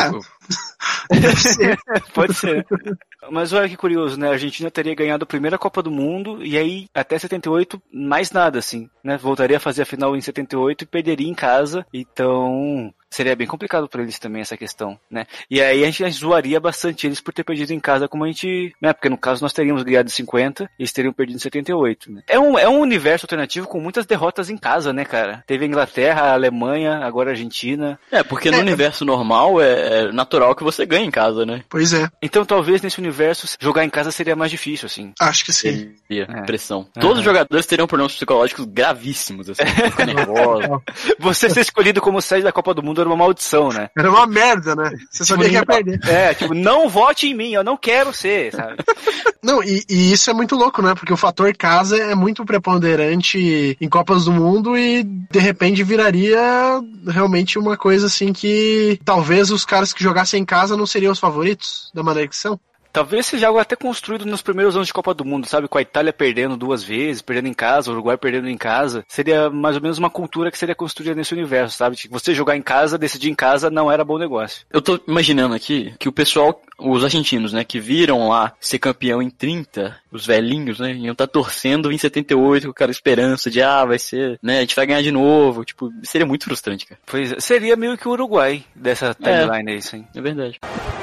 Deve ser. Pode ser. Mas olha que curioso, né? A Argentina teria ganhado a primeira Copa do Mundo e aí até 78 mais nada, assim, né? Voltaria a fazer a final em 78 e perderia em casa. Então seria bem complicado pra eles também essa questão, né? E aí a gente zoaria bastante eles por ter perdido em casa, como a gente, né? Porque no caso nós teríamos ganhado em 50 e eles teriam perdido em 78, né? É um universo alternativo com muitas derrotas em casa, né, cara? Teve a Inglaterra, a Alemanha, agora a Argentina. Porque no universo normal é natural que você ganhe em casa, né? Pois é. Então talvez nesse universo jogar em casa seria mais difícil, assim. Acho que sim. Seria pressão. Todos os jogadores teriam problemas psicológicos gravíssimos, assim. Ficar nervoso. Você ser escolhido como sede da Copa do Mundo era uma maldição, né? Era uma merda, né? Você sabia que ia perder. Não vote em mim, eu não quero ser, sabe? Não, e isso é muito louco, né? Porque o fator casa é muito preponderante em Copas do Mundo e de repente viraria realmente uma coisa assim que talvez os caras que jogassem em casa não seriam os favoritos da maneira que são. Talvez seja algo até construído nos primeiros anos de Copa do Mundo, sabe? Com a Itália perdendo 2 vezes, perdendo em casa, o Uruguai perdendo em casa. Seria mais ou menos uma cultura que seria construída nesse universo, sabe? Tipo, você jogar em casa, decidir em casa, não era bom negócio. Eu tô imaginando aqui que o pessoal, os argentinos, né, que viram lá ser campeão em 30, os velhinhos, né, iam estar torcendo em 78 com aquela esperança de, vai ser, né, a gente vai ganhar de novo. Tipo, seria muito frustrante, cara. Pois é, seria meio que o Uruguai dessa timeline aí, sim. É verdade.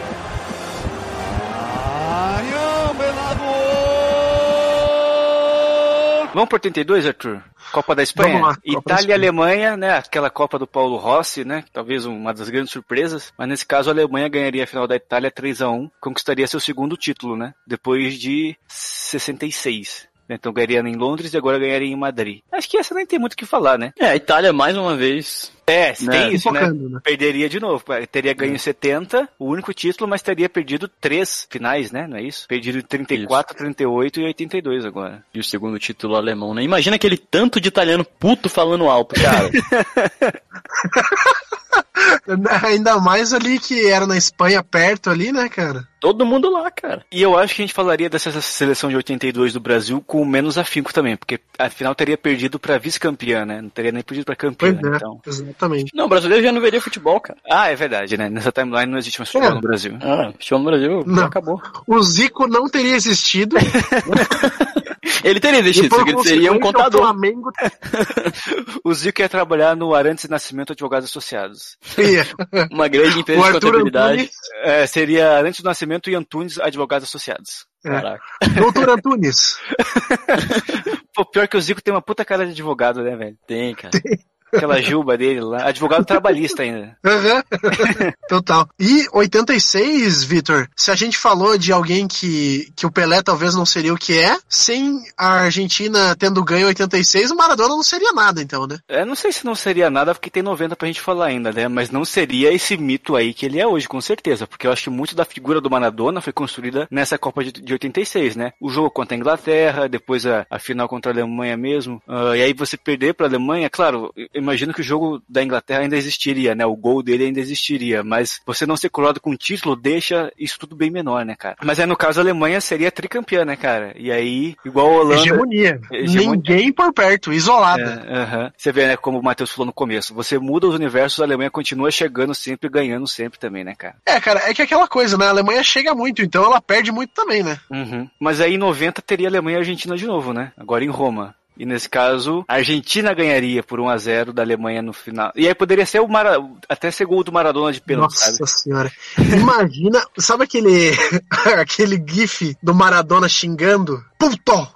Vamos por 82, Arthur? Copa da Espanha? Vamos lá, Itália e Alemanha, né? Aquela Copa do Paulo Rossi, né? Talvez uma das grandes surpresas. Mas nesse caso a Alemanha ganharia a final da Itália 3-1. Conquistaria seu segundo título, né? Depois de 66. Então ganharia em Londres e agora ganharia em Madrid. Acho que essa nem tem muito o que falar, né? A Itália mais uma vez... tem isso, focando, né? Perderia de novo. Teria ganho em 70, o único título, mas teria perdido 3 finais, né? Não é isso? Perdido em 34, isso. 38 e 82 agora. E o segundo título alemão, né? Imagina aquele tanto de italiano puto falando alto, cara. Ainda mais ali que era na Espanha, perto ali, né, cara? Todo mundo lá, cara. E eu acho que a gente falaria dessa seleção de 82 do Brasil com menos afinco também, porque afinal teria perdido pra vice-campeã, né? Não teria nem perdido pra campeã, então. Exatamente. Não, o brasileiro já não veria futebol, cara. É verdade, né? Nessa timeline não existe mais futebol no Brasil. Futebol no Brasil já acabou. O Zico não teria existido. Ele teria investido, só que ele seria um contador. Flamengo... O Zico ia trabalhar no Arantes e Nascimento Advogados Associados. Uma grande empresa de contabilidade. Seria Arantes do Nascimento e Antunes Advogados Associados. Caraca. Doutor Antunes. Pô, pior que o Zico tem uma puta cara de advogado, né, velho? Tem, cara. Aquela juba dele lá. Advogado trabalhista ainda. Total. E 86, Vitor, se a gente falou de alguém que o Pelé talvez não seria o que é, sem a Argentina tendo ganho 86, o Maradona não seria nada, então, né? Não sei se não seria nada, porque tem 90 pra gente falar ainda, né? Mas não seria esse mito aí que ele é hoje, com certeza. Porque eu acho que muito da figura do Maradona foi construída nessa Copa de 86, né? O jogo contra a Inglaterra, depois a final contra a Alemanha mesmo. E aí você perder pra Alemanha, claro... Imagino que o jogo da Inglaterra ainda existiria, né? O gol dele ainda existiria, mas você não ser coroado com um título deixa isso tudo bem menor, né, cara? Mas no caso a Alemanha seria tricampeã, né, cara? E aí, igual a Holanda... Hegemonia. Ninguém por perto, isolada. Você vê, né, como o Matheus falou no começo, você muda os universos, a Alemanha continua chegando sempre, ganhando sempre também, né, cara? Cara, é que aquela coisa, né? A Alemanha chega muito, então ela perde muito também, né? Mas aí em 90 teria Alemanha e Argentina de novo, né? Agora em Roma. E nesse caso, a Argentina ganharia por 1-0 da Alemanha no final. E aí poderia ser até ser gol do Maradona de pênalti, sabe? Nossa senhora. Imagina, sabe aquele gif do Maradona xingando? Puto!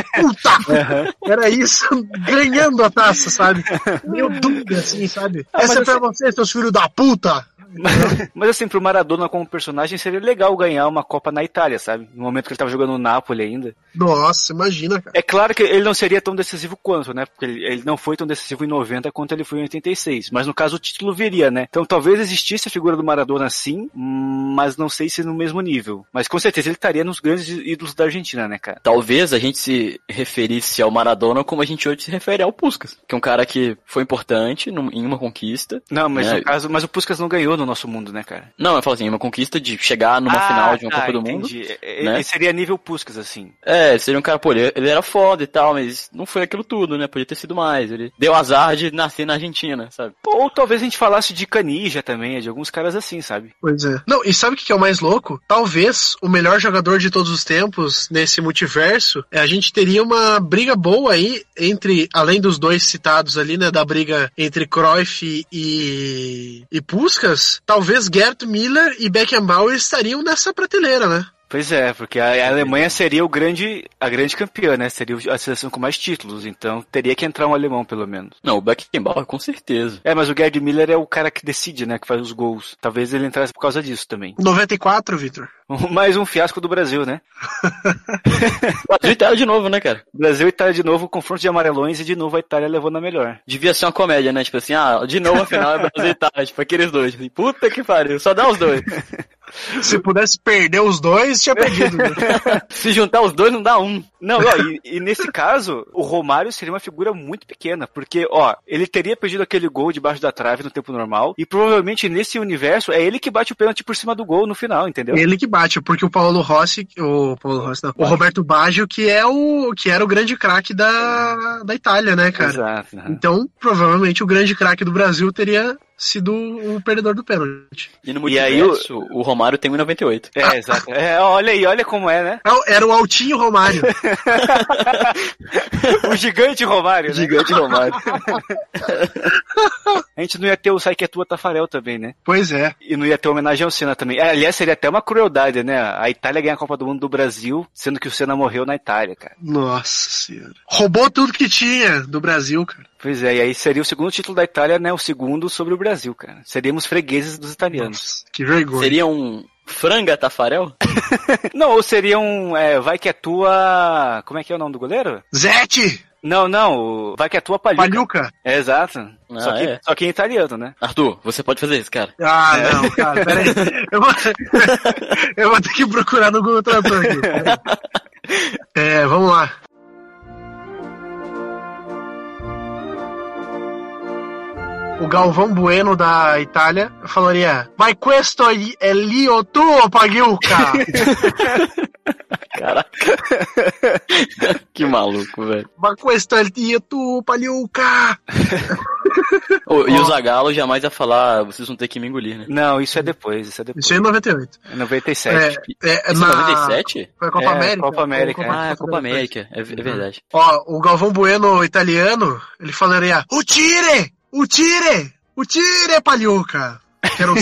Puta! Era isso, ganhando a taça, sabe? Meu Deus, assim, sabe? Essa é pra vocês, seus filhos da puta! Mas assim, pro Maradona como personagem seria legal ganhar uma Copa na Itália, sabe? No momento que ele tava jogando no Napoli ainda. Nossa, imagina, cara. É claro que ele não seria tão decisivo quanto, né? Porque ele não foi tão decisivo em 90 quanto ele foi em 86. Mas no caso o título viria, né? Então talvez existisse a figura do Maradona sim, mas não sei se no mesmo nível. Mas com certeza ele estaria nos grandes ídolos da Argentina, né, cara? Talvez a gente se referisse ao Maradona como a gente hoje se refere ao Puskás, que é um cara que foi importante em uma conquista. Não, mas no caso, mas o Puskás não ganhou no nosso mundo, né, cara? Não, eu falo assim, uma conquista de chegar numa final de uma Copa do Mundo. Né? Ele seria nível Puskás, assim. Seria um cara, pô, ele era foda e tal, mas não foi aquilo tudo, né? Podia ter sido mais. Ele deu azar de nascer na Argentina, sabe? Pô, ou talvez a gente falasse de Canija também, de alguns caras assim, sabe? Pois é. Não, e sabe o que é o mais louco? Talvez o melhor jogador de todos os tempos nesse multiverso, a gente teria uma briga boa aí entre, além dos dois citados ali, né, da briga entre Cruyff e Puskás, talvez Gerd Müller e Beckenbauer estariam nessa prateleira, né? Pois é, porque a Alemanha seria a grande campeã, né? Seria a seleção com mais títulos, então teria que entrar um alemão, pelo menos. Não, o Beckenbauer, com certeza. Mas o Gerd Müller é o cara que decide, né? Que faz os gols. Talvez ele entrasse por causa disso também. 94, Vitor. Mais um fiasco do Brasil, né? Brasil e Itália de novo, né, cara? Brasil e Itália de novo, confronto de amarelões e de novo a Itália levou na melhor. Devia ser uma comédia, né? Tipo assim, de novo a final é Brasil e Itália. Tipo, aqueles dois. Assim, puta que pariu, só dá os dois. Se pudesse perder os dois, tinha perdido. Né? Se juntar os dois, não dá um. Não, e nesse caso, o Romário seria uma figura muito pequena, porque, ele teria perdido aquele gol debaixo da trave no tempo normal, e provavelmente nesse universo é ele que bate o pênalti por cima do gol no final, entendeu? Ele que bate, porque o o Roberto Baggio, que era o grande craque da Itália, né, cara? Exato. Então, provavelmente o grande craque do Brasil teria sido o perdedor do pênalti. E no multiverso, o Romário tem 1,98. Exato. Olha aí, olha como é, né? Era o altinho Romário. O gigante Romário, né? Gigante Romário. A gente não ia ter o Sai que é tua Tafarel também, né? Pois é. E não ia ter homenagem ao Senna também. Aliás, seria até uma crueldade, né? A Itália ganhar a Copa do Mundo do Brasil, sendo que o Senna morreu na Itália, cara. Nossa senhora. Roubou tudo que tinha do Brasil, cara. Pois é, e aí seria o segundo título da Itália, né? O segundo sobre o Brasil, cara. Seríamos fregueses dos italianos. Nossa, que vergonha. Seria um Franga Tafarel? Não, ou seria um vai que é tua... Como é que é o nome do goleiro? Zete! Não, vai que é tua Pagliuca. Pagliuca? Exato. Só que em italiano, né? Arthur, você pode fazer isso, cara. Não, cara, peraí. Eu vou ter que procurar no Google Tradutor aqui. Vamos lá. O Galvão Bueno da Itália falaria: "Ma questo è l'io tuo, Pagliuca." Caraca. Que maluco, velho. "Ma questo è l'io tuo, Pagliuca." E o Zagallo jamais ia falar, vocês vão ter que me engolir, né? Não, isso é depois. Isso é em 98. É 97. É 97? Foi a Copa América. Copa América. É a Copa América, é verdade. Ó, o Galvão Bueno italiano, ele falaria: O tire, Pagliuca. Que era um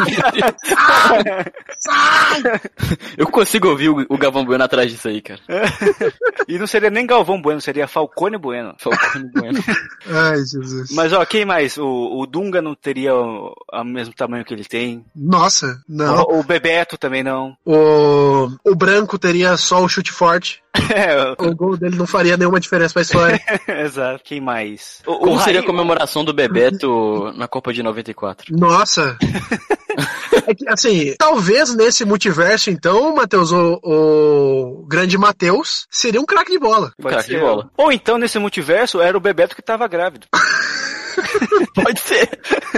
sai! Eu consigo ouvir o Galvão Bueno atrás disso aí, cara. E não seria nem Galvão Bueno, seria Falcone Bueno. Ai, Jesus. Mas ó, quem mais? O Dunga não teria o mesmo tamanho que ele tem. Nossa, não. O Bebeto também não. O Branco teria só o chute forte. O gol dele não faria nenhuma diferença pra história. Exato. Quem mais? Como seria a comemoração do Bebeto na Copa de 94? Nossa. É que, assim, talvez nesse multiverso, então, Matheus, o grande Matheus seria um craque de bola. Craque de bola. Ou então, nesse multiverso, era o Bebeto que tava grávido. Pode ser.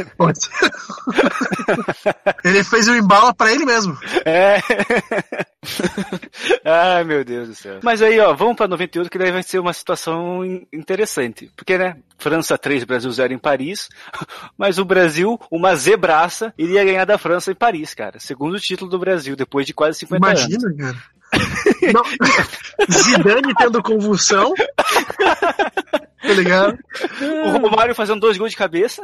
Ele fez o embala pra ele mesmo. Ai, meu Deus do céu. Mas aí, ó, vamos pra 98, que daí vai ser uma situação interessante. Porque, né, França 3, Brasil 0 em Paris, mas o Brasil, uma zebraça, iria ganhar da França em Paris, cara. Segundo título do Brasil, depois de quase 50 anos. Imagina, cara. Não. Zidane tendo convulsão. Tá ligado? O Romário fazendo 2 gols de cabeça.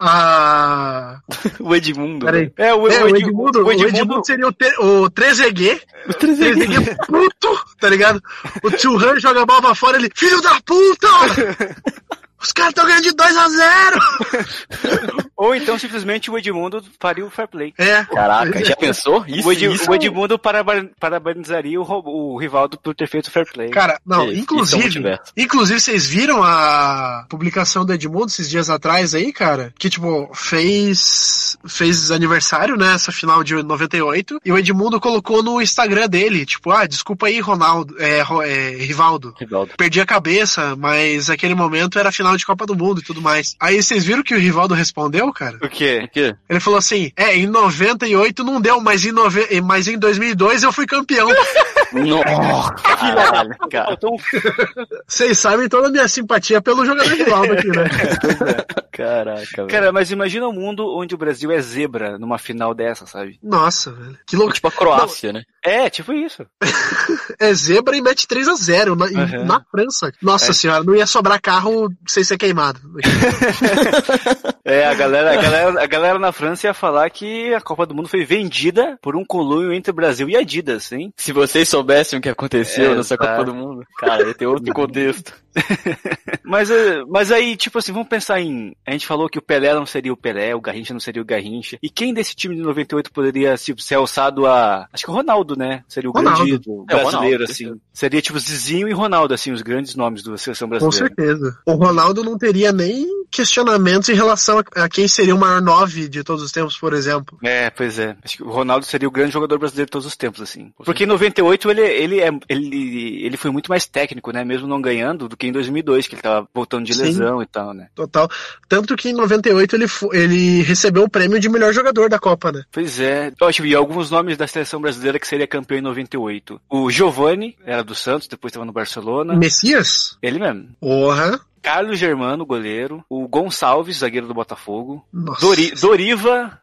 O Edmundo. Peraí. Né? O Edmundo seria o Trezeguet. O Trezeguet puto, tá ligado? O Thuram joga a bola pra fora, ele, filho da puta! Os caras estão ganhando de 2-0. Ou então, simplesmente, o Edmundo faria o fair play. Caraca, já pensou? O Edmundo parabenizaria o Rivaldo por ter feito o fair play. Cara, não, inclusive, vocês viram a publicação do Edmundo esses dias atrás aí, cara? Que, tipo, fez aniversário, né, essa final de 98, e o Edmundo colocou no Instagram dele, tipo, desculpa aí, Rivaldo. Perdi a cabeça, mas aquele momento era a final de Copa do Mundo e tudo mais. Aí vocês viram que o Rivaldo respondeu, cara? O quê? Ele falou assim, em 98 não deu, mas em 2002 eu fui campeão. Nossa, cara. Vocês sabem toda a minha simpatia pelo jogador Rivaldo aqui, né? Caraca, velho. Cara, mas imagina um mundo onde o Brasil é zebra numa final dessa, sabe? Nossa, velho. Que louco. Tipo a Croácia, né? É, tipo isso. É zebra e mete 3-0 na França. Nossa senhora, não ia sobrar carro sem ser queimado. A galera na França ia falar que a Copa do Mundo foi vendida por um conluio entre Brasil e Adidas, hein? Se vocês soubessem o que aconteceu nessa Copa do Mundo, cara, ia ter outro contexto. Mas aí, tipo assim, vamos pensar em... A gente falou que o Pelé não seria o Pelé, o Garrincha não seria o Garrincha. E quem desse time de 98 poderia ser alçado a... Acho que o Ronaldo, né? Seria o grande brasileiro, assim. Seria tipo Zizinho e Ronaldo, assim, os grandes nomes da seleção brasileira. Com certeza. O Ronaldo não teria nem questionamentos em relação a quem seria o maior 9 de todos os tempos, por exemplo. Pois é. Acho que o Ronaldo seria o grande jogador brasileiro de todos os tempos, assim. Porque em 98 ele foi muito mais técnico, né? Mesmo não ganhando, do que em 2002, que ele tava voltando de lesão e tal, né? Total. Tanto que em 98 ele recebeu o prêmio de melhor jogador da Copa, né? Pois é. Eu acho que alguns nomes da seleção brasileira que seria campeão em 98. O Giovani, era do Santos, depois tava no Barcelona. Messias? Ele mesmo. Porra. Carlos Germano, goleiro. O Gonçalves, zagueiro do Botafogo. Nossa. Doriva.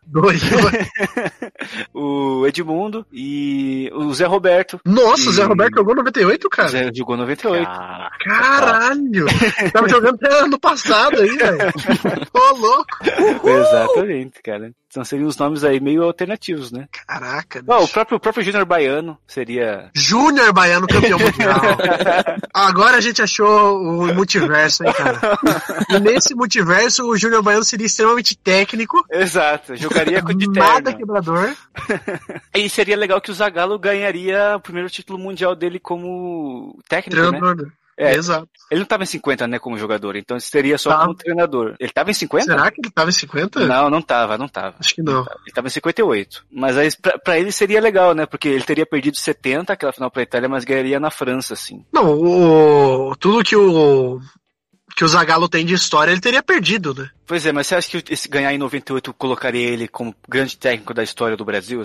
O Edmundo e o Zé Roberto. Nossa, o Zé Roberto jogou 98, cara? Zé jogou 98. Caralho! Tava jogando até ano passado aí, velho. Ô, louco! Exatamente, cara. Então seriam os nomes aí meio alternativos, né? Caraca, o próprio Júnior Baiano seria... Júnior Baiano, campeão mundial. Agora a gente achou o multiverso, hein, cara? E nesse multiverso, o Júnior Baiano seria extremamente técnico. Exato, jogaria com de terno. Nada quebrador. E seria legal que o Zagallo ganharia o primeiro título mundial dele como técnico, treinador, né? Exato. Ele não tava em 50, né, como jogador, então ele seria só como treinador. Ele tava em 50? Será que ele tava em 50? Não tava. Acho que não. Ele tava em 58. Mas aí, pra ele seria legal, né, porque ele teria perdido 70, aquela final pra Itália, mas ganharia na França, assim. Não, tudo que o Zagallo tem de história, ele teria perdido, né? Pois é, mas você acha que esse ganhar em 98 colocaria ele como grande técnico da história do Brasil, assim?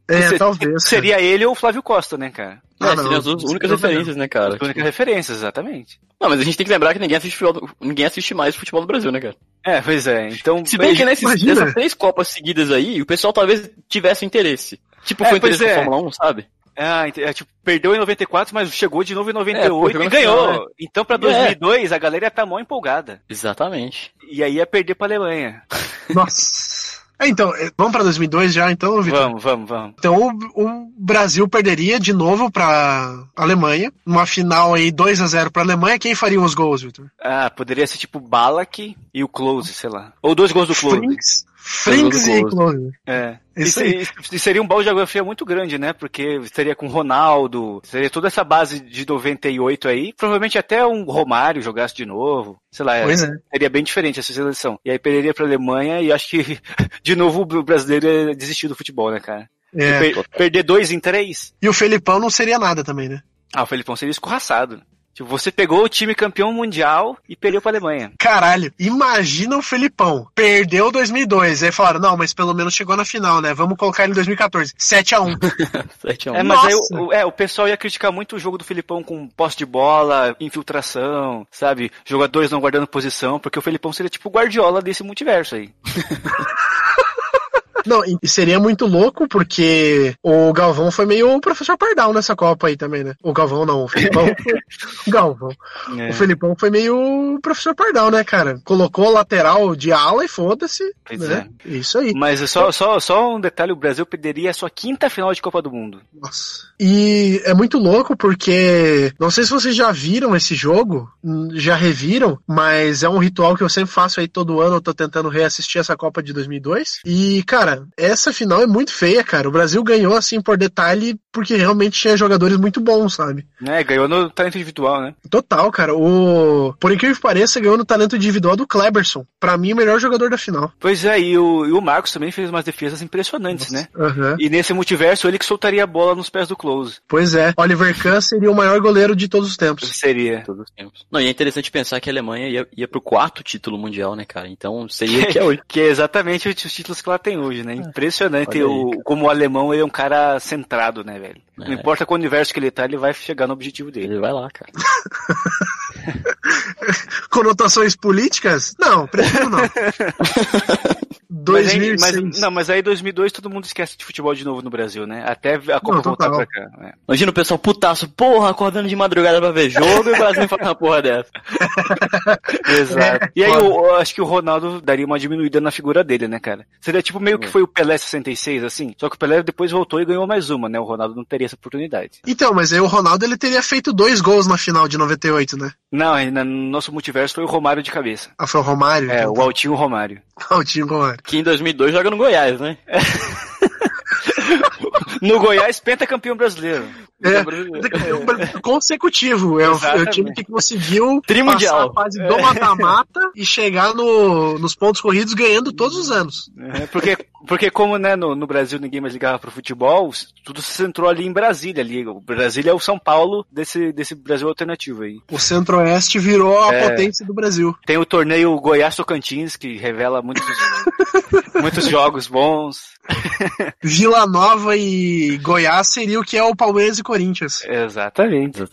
Talvez. Seria ele ou o Flávio Costa, né, cara? Seriam as únicas referências, né, cara? As únicas referências, exatamente. Não, mas a gente tem que lembrar que ninguém assiste mais futebol no Brasil, né, cara? Pois é. Então, se bem que nessas 3 Copas seguidas aí, o pessoal talvez tivesse interesse. Tipo, foi interesse na Fórmula 1, sabe? Tipo, perdeu em 94, mas chegou de novo em 98 e ganhou. Final, né? Então, pra 2002, a galera ia tá mó empolgada. Exatamente. E aí ia perder pra Alemanha. Nossa. Então, vamos pra 2002 já, então, Vitor? Vamos. Então, o Brasil perderia de novo pra Alemanha, numa final aí 2-0 pra Alemanha. Quem faria os gols, Vitor? Poderia ser tipo Ballack e o Close, sei lá. Ou 2 gols do Close. Frings e Close. E seria um balde de água fria muito grande, né? Porque estaria com Ronaldo, seria toda essa base de 98 aí. Provavelmente até um Romário jogasse de novo. Sei lá, seria bem diferente essa seleção. E aí perderia pra Alemanha e acho que, de novo, o brasileiro ia desistir do futebol, né, cara? Perder 2 em 3. E o Felipão não seria nada também, né? O Felipão seria escorraçado. Tipo, você pegou o time campeão mundial e perdeu pra Alemanha. Caralho, imagina o Felipão. Perdeu 2002. Aí falaram, não, mas pelo menos chegou na final, né? Vamos colocar ele em 2014. 7-1. 7-1. Mas aí o pessoal ia criticar muito o jogo do Felipão com posse de bola, infiltração, sabe? Jogadores não guardando posição, porque o Felipão seria tipo o Guardiola desse multiverso aí. Não, e seria muito louco, porque o Galvão foi meio o professor Pardal nessa Copa aí também, né? O Galvão não, o Felipão foi... O Galvão. O Felipão foi meio o professor Pardal, né, cara? Colocou lateral de ala e foda-se, né? Isso aí. Mas só um detalhe, o Brasil perderia a sua 5ª final de Copa do Mundo. Nossa. E é muito louco porque, não sei se vocês já viram esse jogo, já reviram, mas é um ritual que eu sempre faço aí todo ano, eu tô tentando reassistir essa Copa de 2002. E, cara, essa final é muito feia, cara. O Brasil ganhou, assim, por detalhe, porque realmente tinha jogadores muito bons, sabe? Ganhou no talento individual, né? Total, cara. Por incrível que pareça, ganhou no talento individual do Kleberson. Pra mim, o melhor jogador da final. Pois é, e o Marcos também fez umas defesas impressionantes, né? E nesse multiverso, ele que soltaria a bola nos pés do Close. Pois é. Oliver Kahn seria o maior goleiro de todos os tempos. Seria. Todos os tempos. Não, e é interessante pensar que a Alemanha ia pro 4º título mundial, né, cara? Então, seria que é hoje. Que é exatamente os títulos que ela tem hoje, né? Impressionante como o alemão ele é um cara centrado, né, velho? Não importa qual universo que ele tá, ele vai chegar no objetivo dele. Ele vai lá, cara. Conotações políticas? Não, prefiro não. 2006. Mas aí 2002 todo mundo esquece de futebol de novo no Brasil, né? Até a Copa voltar pra cá. Né? Imagina o pessoal putaço, porra, acordando de madrugada pra ver jogo e o Brasil faz uma porra dessa. Exato. E aí eu acho que o Ronaldo daria uma diminuída na figura dele, né, cara? Seria tipo meio que foi o Pelé 66, assim. Só que o Pelé depois voltou e ganhou mais uma, né? O Ronaldo não teria essa oportunidade. Então, mas aí o Ronaldo ele teria feito 2 gols na final de 98, né? Não, no nosso multiverso foi o Romário de cabeça. Foi o Romário? O Altinho Romário. Altinho Romário. Que em 2002 joga no Goiás, né? No Goiás, pentacampeão brasileiro. Consecutivo. É o time que conseguiu Trimundial. Passar a fase do mata-mata e chegar nos pontos corridos ganhando todos os anos. Porque como, né, no Brasil ninguém mais ligava pro futebol, tudo se centrou ali em Brasília. O Brasília é o São Paulo desse Brasil alternativo aí. O Centro-Oeste virou a potência do Brasil. Tem o torneio Goiás-Tocantins, que revela muitos jogos bons. Vila Nova e Goiás seria o que é o Palmeiras e Corinthians. Exatamente.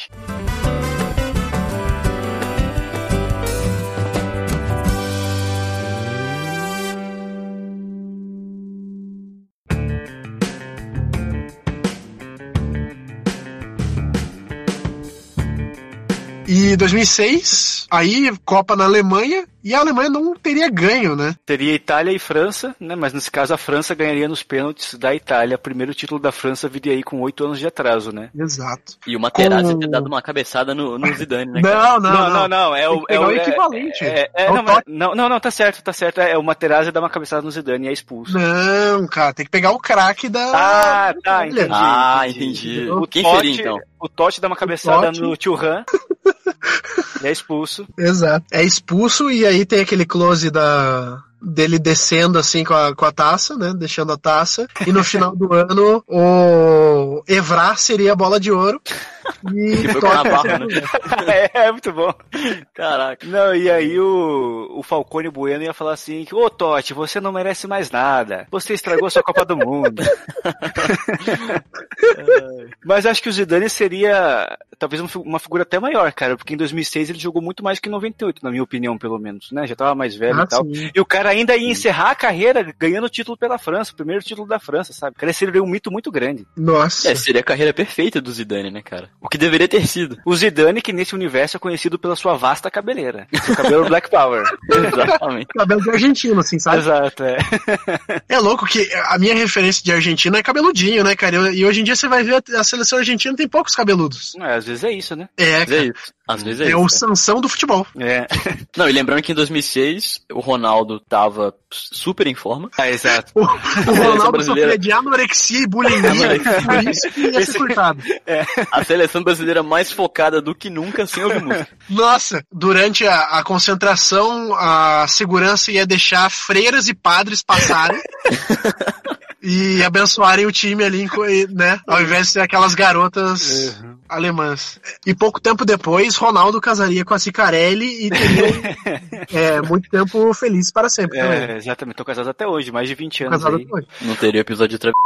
E 2006, aí Copa na Alemanha, e a Alemanha não teria ganho, né? Teria Itália e França, né? Mas nesse caso a França ganharia nos pênaltis da Itália. Primeiro título da França viria aí com 8 anos de atraso, né? Exato. E o Materazzi ter dado uma cabeçada no Zidane, né? Cara? Não. É o equivalente. Não, tá certo. O Materazzi dá uma cabeçada no Zidane e é expulso. Não, cara, tem que pegar o craque da... Entendi. Quem seria, então? O Totti dá uma cabeçada no Thuram e é expulso. Exato. É expulso e aí tem aquele close dele descendo assim com a taça, né? Deixando a taça. E no final do ano, o Evra seria a bola de ouro. Que foi com a barra, né? É muito bom. Caraca. Não, e aí o Falcone Bueno ia falar assim, ô Totti, você não merece mais nada. Você estragou a sua Copa do Mundo. Mas acho que o Zidane seria talvez uma figura até maior, cara, porque em 2006 ele jogou muito mais que em 98, na minha opinião, pelo menos, né? Já tava mais velho e tal. Sim. E o cara ainda ia encerrar a carreira ganhando o título pela França, o primeiro título da França, sabe? O cara seria um mito muito grande. Nossa. Seria a carreira perfeita do Zidane, né, cara? O que deveria ter sido. O Zidane, que nesse universo é conhecido pela sua vasta cabeleira. Seu cabelo Black Power. Exatamente. Cabelo de argentino, assim, sabe? Exato, é. É louco que a minha referência de Argentina é cabeludinho, né, cara? E hoje em dia você vai ver a seleção argentina tem poucos cabeludos. Às vezes é isso, né? Às vezes é isso. Às vezes é isso. É o Sansão do futebol. É. Não, e lembrando que em 2006 o Ronaldo tava super em forma. Exato. O Ronaldo sofria de anorexia e bulimia. Por isso que ia ser cortado. A seleção brasileira mais focada do que nunca sem ouvir música. Nossa, durante a concentração, a segurança ia deixar freiras e padres passarem e abençoarem o time ali, né? Ao invés de ser aquelas garotas alemãs. E pouco tempo depois, Ronaldo casaria com a Cicarelli e teria muito tempo feliz para sempre. Exatamente. Estão casados até hoje, mais de 20 anos. Casado até hoje. Não teria episódio de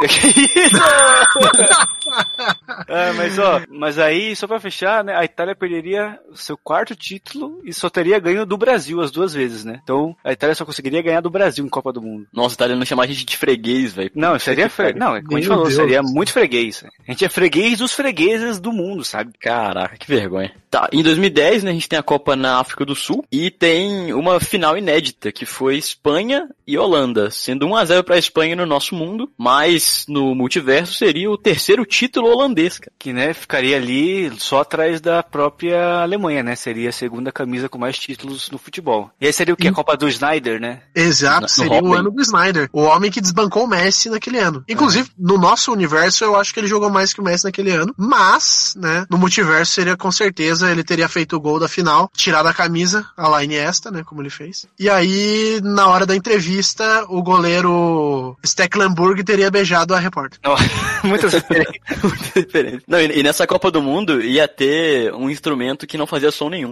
mas aí, só pra fechar, né, a Itália perderia seu quarto título e só teria ganho do Brasil as duas vezes, né? Então, a Itália só conseguiria ganhar do Brasil em Copa do Mundo. Nossa, a Itália não chamar a gente de freguês, velho. Não, seria Não, como a gente falou, seria muito freguês. A gente é freguês dos fregueses do mundo, sabe? Caraca, que vergonha. Tá, em 2010, né, a gente tem a Copa na África do Sul e tem uma final inédita, que foi Espanha e Holanda, sendo 1-0 pra Espanha no nosso mundo, mas no multiverso seria o terceiro título holandês, cara. Que, né, ficaria ali só atrás da própria Alemanha, né? Seria a segunda camisa com mais títulos no futebol. E aí seria o quê? A Copa do Snyder, né? Exato, seria o ano do Snyder. O homem que desbancou o Messi naquele ano. Inclusive, no nosso universo, eu acho que ele jogou mais que o Messi naquele ano. Mas, né, no multiverso seria com certeza, ele teria feito o gol da final, tirado a camisa, a la Iniesta, né, como ele fez. E aí, na hora da entrevista, o goleiro Stecklenburg teria beijado a repórter. Muitas referências. Muitas referências. Não, e nessa Copa do Mundo ia ter um instrumento que não fazia som nenhum.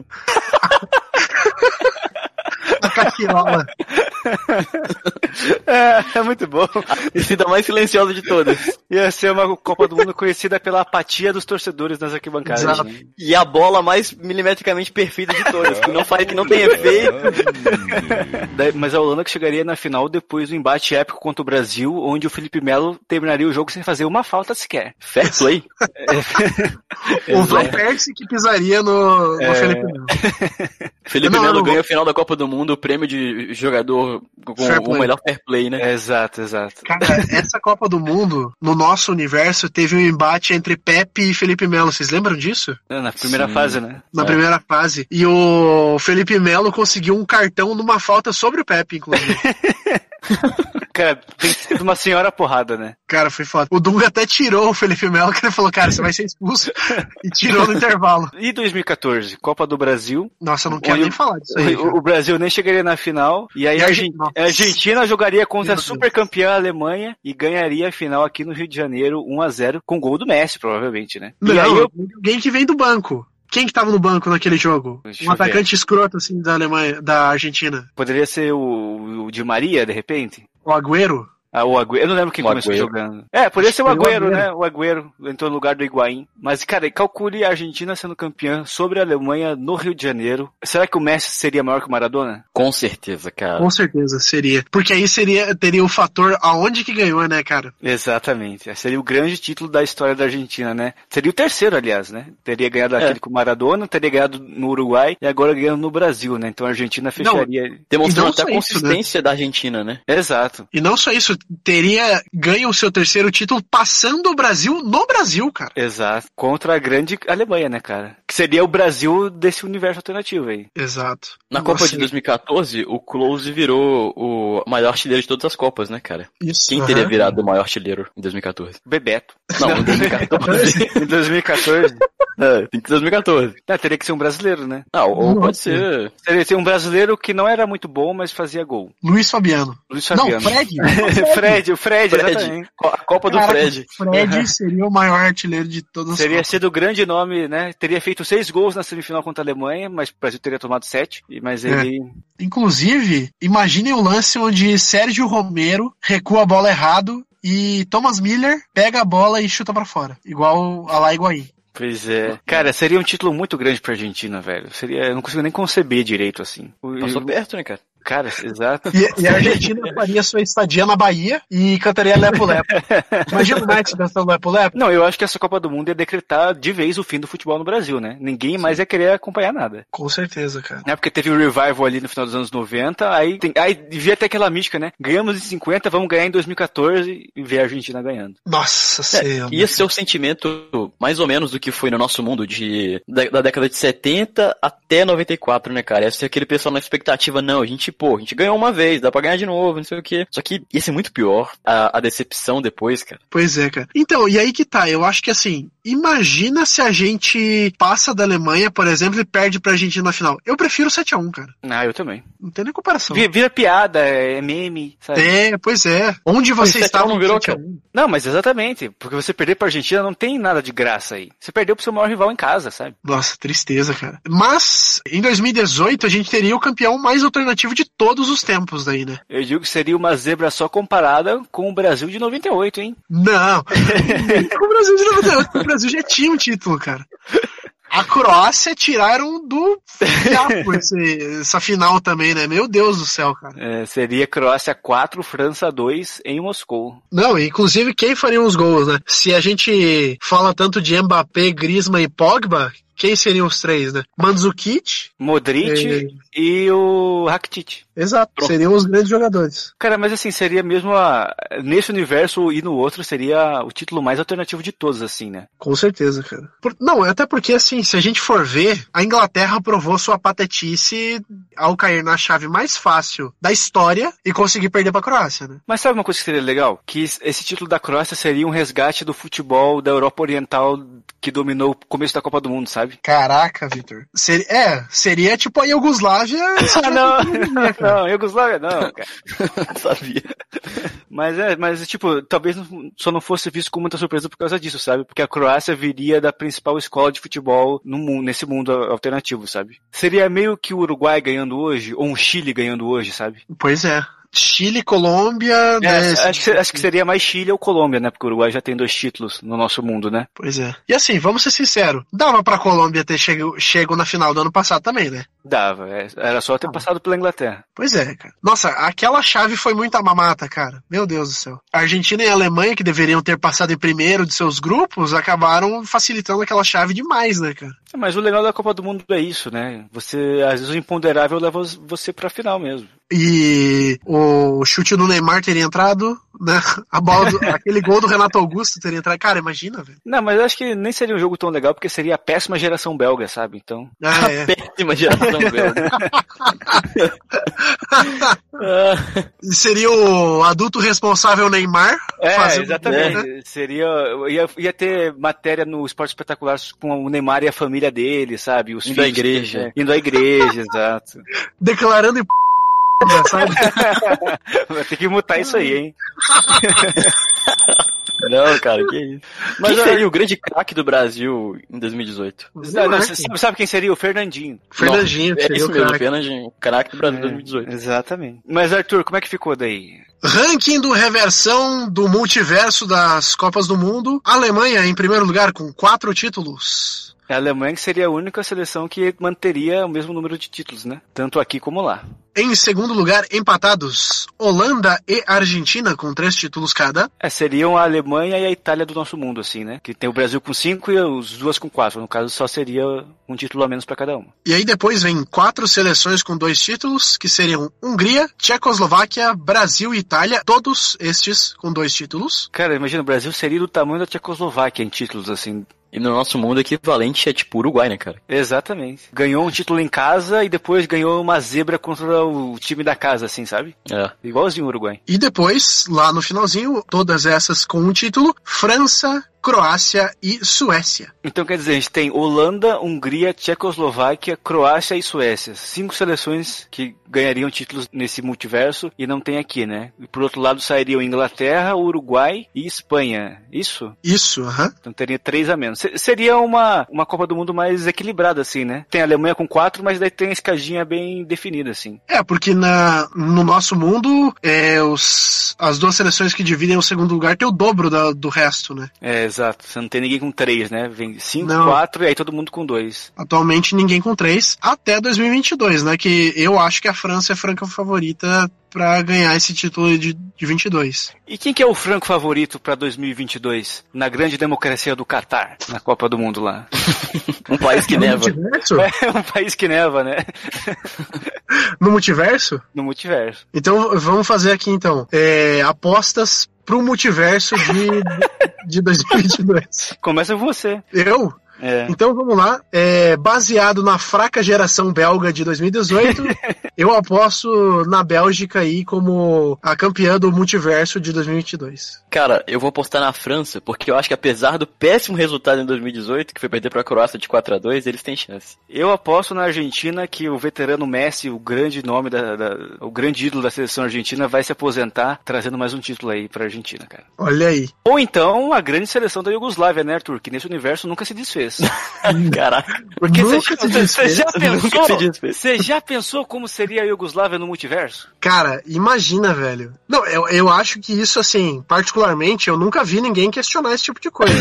A caquiola. É muito bom. E se dá mais silenciosa de todas. Ia ser uma Copa do Mundo conhecida pela apatia dos torcedores nas arquibancadas. Né? E a bola mais milimetricamente perfeita de todas, que não faz, que não tem efeito. Mas a Holanda que chegaria na final depois do embate épico contra o Brasil, onde o Felipe Melo terminaria o jogo sem fazer uma falta sequer. Fair play. O Van Persie que pisaria no Felipe Melo. Felipe Melo ganha a final da Copa do Mundo, o prêmio de jogador com o melhor fair play, né? Exato. Cara, essa Copa do Mundo, no nosso universo, teve um embate entre Pepe e Felipe Melo. Vocês lembram disso? Na primeira fase, né? Na primeira fase. E o Felipe Melo conseguiu um cartão numa falta sobre o Pepe, inclusive. Cara, tem sido uma senhora porrada, né? Cara, foi foda. O Dunga até tirou o Felipe Melo, que ele falou, cara, você vai ser expulso. E tirou no intervalo. E 2014, Copa do Brasil. Nossa, eu não quero nem falar disso aí. O Brasil nem chegaria na final. E aí a Argentina jogaria contra a super campeã Alemanha e ganharia a final aqui no Rio de Janeiro 1-0 com gol do Messi, provavelmente, né? Não, e aí alguém que vem do banco. Quem que tava no banco naquele jogo? Um atacante escroto, assim, da Alemanha, da Argentina. Poderia ser o Di Maria, de repente? O Agüero? O Agüero, eu não lembro quem começou jogando. Poderia ser o Agüero, né? O Agüero entrou no lugar do Higuaín. Mas, cara, calcule a Argentina sendo campeã sobre a Alemanha no Rio de Janeiro. Será que o Messi seria maior que o Maradona? Com certeza, cara. Com certeza, seria. Porque aí teria o fator aonde que ganhou, né, cara? Exatamente. Seria o grande título da história da Argentina, né? Seria o terceiro, aliás, né? Teria ganhado aquele com o Maradona, teria ganhado no Uruguai e agora ganhando no Brasil, né? Então a Argentina fecharia. Demonstrando até a consistência da Argentina, né? Exato. E não só isso, teria ganho o seu terceiro título passando o Brasil no Brasil, cara. Exato. Contra a grande Alemanha, né, cara? Que seria o Brasil desse universo alternativo aí. Exato. Na Copa de 2014, o Klose virou o maior artilheiro de todas as Copas, né, cara? Isso. Quem teria virado o maior artilheiro em 2014? Bebeto. Não, em 2014. Em 2014. Tem que ser 2014. Teria que ser um brasileiro, né? Ou pode ser... Teria que ser um brasileiro que não era muito bom, mas fazia gol. Luiz Fabiano. Não, Fred. o Fred, exatamente. A Copa do Fred. Fred seria o maior artilheiro de todas as Teria Copas. sido o grande nome, né? Teria feito 6 gols na semifinal contra a Alemanha, mas o Brasil teria tomado 7. Mas ele... Inclusive, imaginem o lance onde Sérgio Romero recua a bola errado e Thomas Miller pega a bola e chuta pra fora. Igual a lá Higuaín. Pois é. Cara, seria um título muito grande pra Argentina, velho. Eu não consigo nem conceber direito, assim. Passou perto, né, cara? Cara, exato. E a Argentina faria sua estadia na Bahia e cantaria Lepo Lepo. Imagina o Max cantando Lepo Lepo. Não, eu acho que essa Copa do Mundo ia decretar de vez o fim do futebol no Brasil, né? Ninguém mais ia querer acompanhar nada. Com certeza, cara. É porque teve o revival ali no final dos anos 90, aí devia ter aquela mística, né? Ganhamos em 50, vamos ganhar em 2014 e ver a Argentina ganhando. Nossa Senhora. Ia ser o sentimento mais ou menos do que foi no nosso mundo da década de 70 até 94, né, cara? Ia ser aquele pessoal na expectativa, não, a gente ganhou uma vez, dá pra ganhar de novo, não sei o quê. Só que ia ser muito pior a decepção depois, cara. Pois é, cara. Então, e aí que tá, eu acho que assim, imagina se a gente passa da Alemanha, por exemplo, e perde pra Argentina na final. Eu prefiro 7-1, cara. Ah, eu também. Não tem nem comparação. Vira piada, é meme, sabe? Pois é. Onde você estava não virou, cara? Não, mas exatamente. Porque você perder pra Argentina não tem nada de graça aí. Você perdeu pro seu maior rival em casa, sabe? Nossa, tristeza, cara. Mas, em 2018, a gente teria o campeão mais alternativo de todos os tempos daí, né? Eu digo que seria uma zebra só comparada com o Brasil de 98, hein? Não. Com o Brasil de 98, o Brasil já tinha um título, cara. A Croácia tiraram do fiapo essa final também, né? Meu Deus do céu, cara. Seria Croácia 4, França 2 em Moscou. Não, inclusive quem faria os gols, né? Se a gente fala tanto de Mbappé, Griezmann e Pogba, quem seriam os três, né? Mandzukic, Modric e o Rakitic. Exato, seriam os grandes jogadores. Cara, mas assim, seria mesmo nesse universo e no outro seria o título mais alternativo de todos, assim, né? Com certeza, cara. Não, até porque, assim, se a gente for ver, a Inglaterra provou sua patetice ao cair na chave mais fácil da história e conseguir perder pra Croácia, né? Mas sabe uma coisa que seria legal? Que esse título da Croácia seria um resgate do futebol da Europa Oriental que dominou o começo da Copa do Mundo, sabe? Caraca, Vitor. Seria tipo a Iugoslávia. Não, Iugoslávia não, cara. Sabia. Mas tipo, talvez só não fosse visto com muita surpresa por causa disso, sabe? Porque a Croácia viria da principal escola de futebol nesse mundo alternativo, sabe? Seria meio que o Uruguai ganhando hoje, ou um Chile ganhando hoje, sabe? Pois é. Chile, Colômbia... Acho que seria mais Chile ou Colômbia, né? Porque o Uruguai já tem 2 títulos no nosso mundo, né? Pois é. E assim, vamos ser sinceros, dava pra Colômbia ter chego na final do ano passado também, né? Dava, era só ter passado pela Inglaterra. Pois é, cara. Nossa, aquela chave foi muita mamata, cara. Meu Deus do céu. A Argentina e a Alemanha, que deveriam ter passado em primeiro de seus grupos, acabaram facilitando aquela chave demais, né, cara? Mas o legal da Copa do Mundo é isso, né? Às vezes o imponderável leva você pra final mesmo. E o chute do Neymar teria entrado, né? A bola aquele gol do Renato Augusto teria entrado. Cara, imagina, velho. Não, mas eu acho que nem seria um jogo tão legal, porque seria a péssima geração belga, sabe? Então... Péssima geração belga. Seria o adulto responsável Neymar. Exatamente. Né? Ia ter matéria no Esporte Espetacular com o Neymar e a família dele, sabe? Os indo à igreja. Indo à igreja, exato. Declarando sabe? Vai ter que mutar isso aí, hein? Não, cara, que isso. Mas quem seria o grande craque do Brasil em 2018? Sabe quem seria? O Fernandinho. Fernandinho, é isso mesmo, Fernandinho, craque do Brasil em 2018. Exatamente. Mas, Arthur, como é que ficou daí? Ranking do Reversão do Multiverso das Copas do Mundo. Alemanha em primeiro lugar com 4 títulos. A Alemanha seria a única seleção que manteria o mesmo número de títulos, né? Tanto aqui como lá. Em segundo lugar, empatados, Holanda e Argentina com 3 títulos cada. Seriam a Alemanha e a Itália do nosso mundo, assim, né? Que tem o Brasil com 5 e os duas com 4. No caso, só seria um título a menos para cada uma. E aí depois vem 4 seleções com 2 títulos, que seriam Hungria, Tchecoslováquia, Brasil e Itália, todos estes com 2 títulos. Cara, imagina, o Brasil seria do tamanho da Tchecoslováquia em títulos, assim. E no nosso mundo, equivalente é tipo Uruguai, né, cara? Exatamente. Ganhou um título em casa e depois ganhou uma zebra contra o time da casa, assim, sabe? É. Igualzinho o Uruguai. E depois, lá no finalzinho, todas essas com um título, França, Croácia e Suécia. Então quer dizer, a gente tem Holanda, Hungria, Tchecoslováquia, Croácia e Suécia. 5 seleções que ganhariam títulos nesse multiverso e não tem aqui, né? E por outro lado sairiam Inglaterra, Uruguai e Espanha. Isso? Isso, aham. Então teria 3 a menos. Seria uma Copa do Mundo mais equilibrada, assim, né? Tem a Alemanha com 4, mas daí tem a escadinha bem definida, assim. É, porque no nosso mundo, as duas seleções que dividem o segundo lugar tem o dobro do resto, né? É, exato. Você não tem ninguém com 3, né? Vem 5, Não. 4 e aí todo mundo com 2. Atualmente ninguém com 3, até 2022, né? Que eu acho que a França é a franca favorita pra ganhar esse título de 22. E quem que é o franco favorito pra 2022? Na grande democracia do Catar, na Copa do Mundo lá. Um país que No neva. multiverso? É um país que neva, né? No multiverso? No multiverso. Então, vamos fazer aqui, então. Apostas pro multiverso de 2022. Começa com você. Eu? É. Então vamos lá. Baseado na fraca geração belga de 2018, eu aposto na Bélgica aí como a campeã do multiverso de 2022. Cara, eu vou apostar na França, porque eu acho que apesar do péssimo resultado em 2018, que foi perder pra Croácia de 4-2, eles têm chance. Eu aposto na Argentina que o veterano Messi, o grande nome, o grande ídolo da seleção argentina, vai se aposentar, trazendo mais um título aí pra Argentina, cara. Olha aí. Ou então a grande seleção da Iugoslávia, né, Arthur? Que nesse universo nunca se desfez. Caraca. Porque Nunca você já pensou como seria a Iugoslávia no multiverso? Cara, imagina, velho. Não, eu acho que isso, assim, particularmente, eu nunca vi ninguém questionar esse tipo de coisa.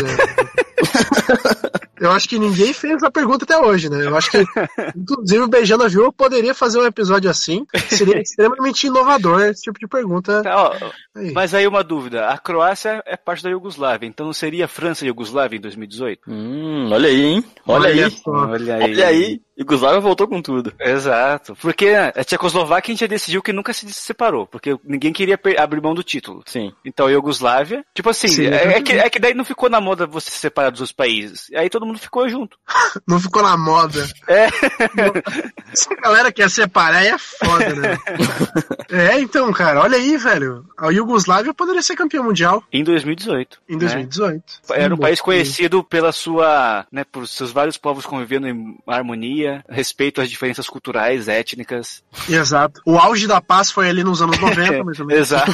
Eu acho que ninguém fez a pergunta até hoje, né? Eu acho que, inclusive, o Beijando a Viúva poderia fazer um episódio assim. Seria extremamente inovador esse tipo de pergunta. Aí. Mas aí uma dúvida. A Croácia é parte da Iugoslávia, então não seria França e Iugoslávia em 2018? Olha aí, hein? Olha aí. Olha aí. Iugoslávia voltou com tudo. Exato. Porque a Tchecoslováquia a gente já decidiu que nunca se separou, porque ninguém queria abrir mão do título. Sim. Então a Iugoslávia, tipo assim, Sim, é que daí não ficou na moda você se separar dos outros países. Aí todo mundo ficou junto. Não ficou na moda. Se a galera quer separar, aí é foda, né? Então, cara, olha aí, velho. A Iugoslávia poderia ser campeã mundial. Em 2018. Em 2018. Né? Era um país conhecido pela sua, né, por seus vários povos convivendo em harmonia, respeito às diferenças culturais, étnicas. Exato. O auge da paz foi ali nos anos 90, mais ou menos. Exato.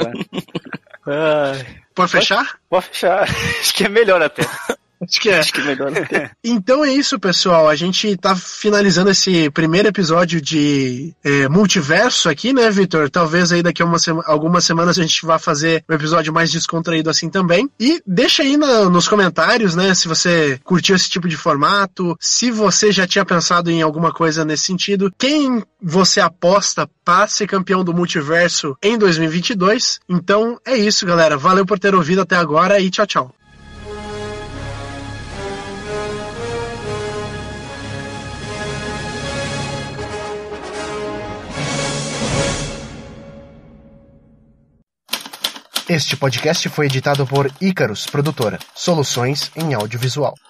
Pode fechar? Pode fechar. Acho que é melhor até. Acho que é. Acho que é melhor até. Então é isso, pessoal. A gente tá finalizando esse primeiro episódio de multiverso aqui, né, Vitor? Talvez aí daqui a algumas semanas a gente vá fazer um episódio mais descontraído assim também. E deixa aí nos comentários, né, se você curtiu esse tipo de formato, se você já tinha pensado em alguma coisa nesse sentido, quem você aposta para ser campeão do multiverso em 2022. Então é isso, galera. Valeu por ter ouvido até agora e tchau, tchau. Este podcast foi editado por Icarus Produtora, soluções em audiovisual.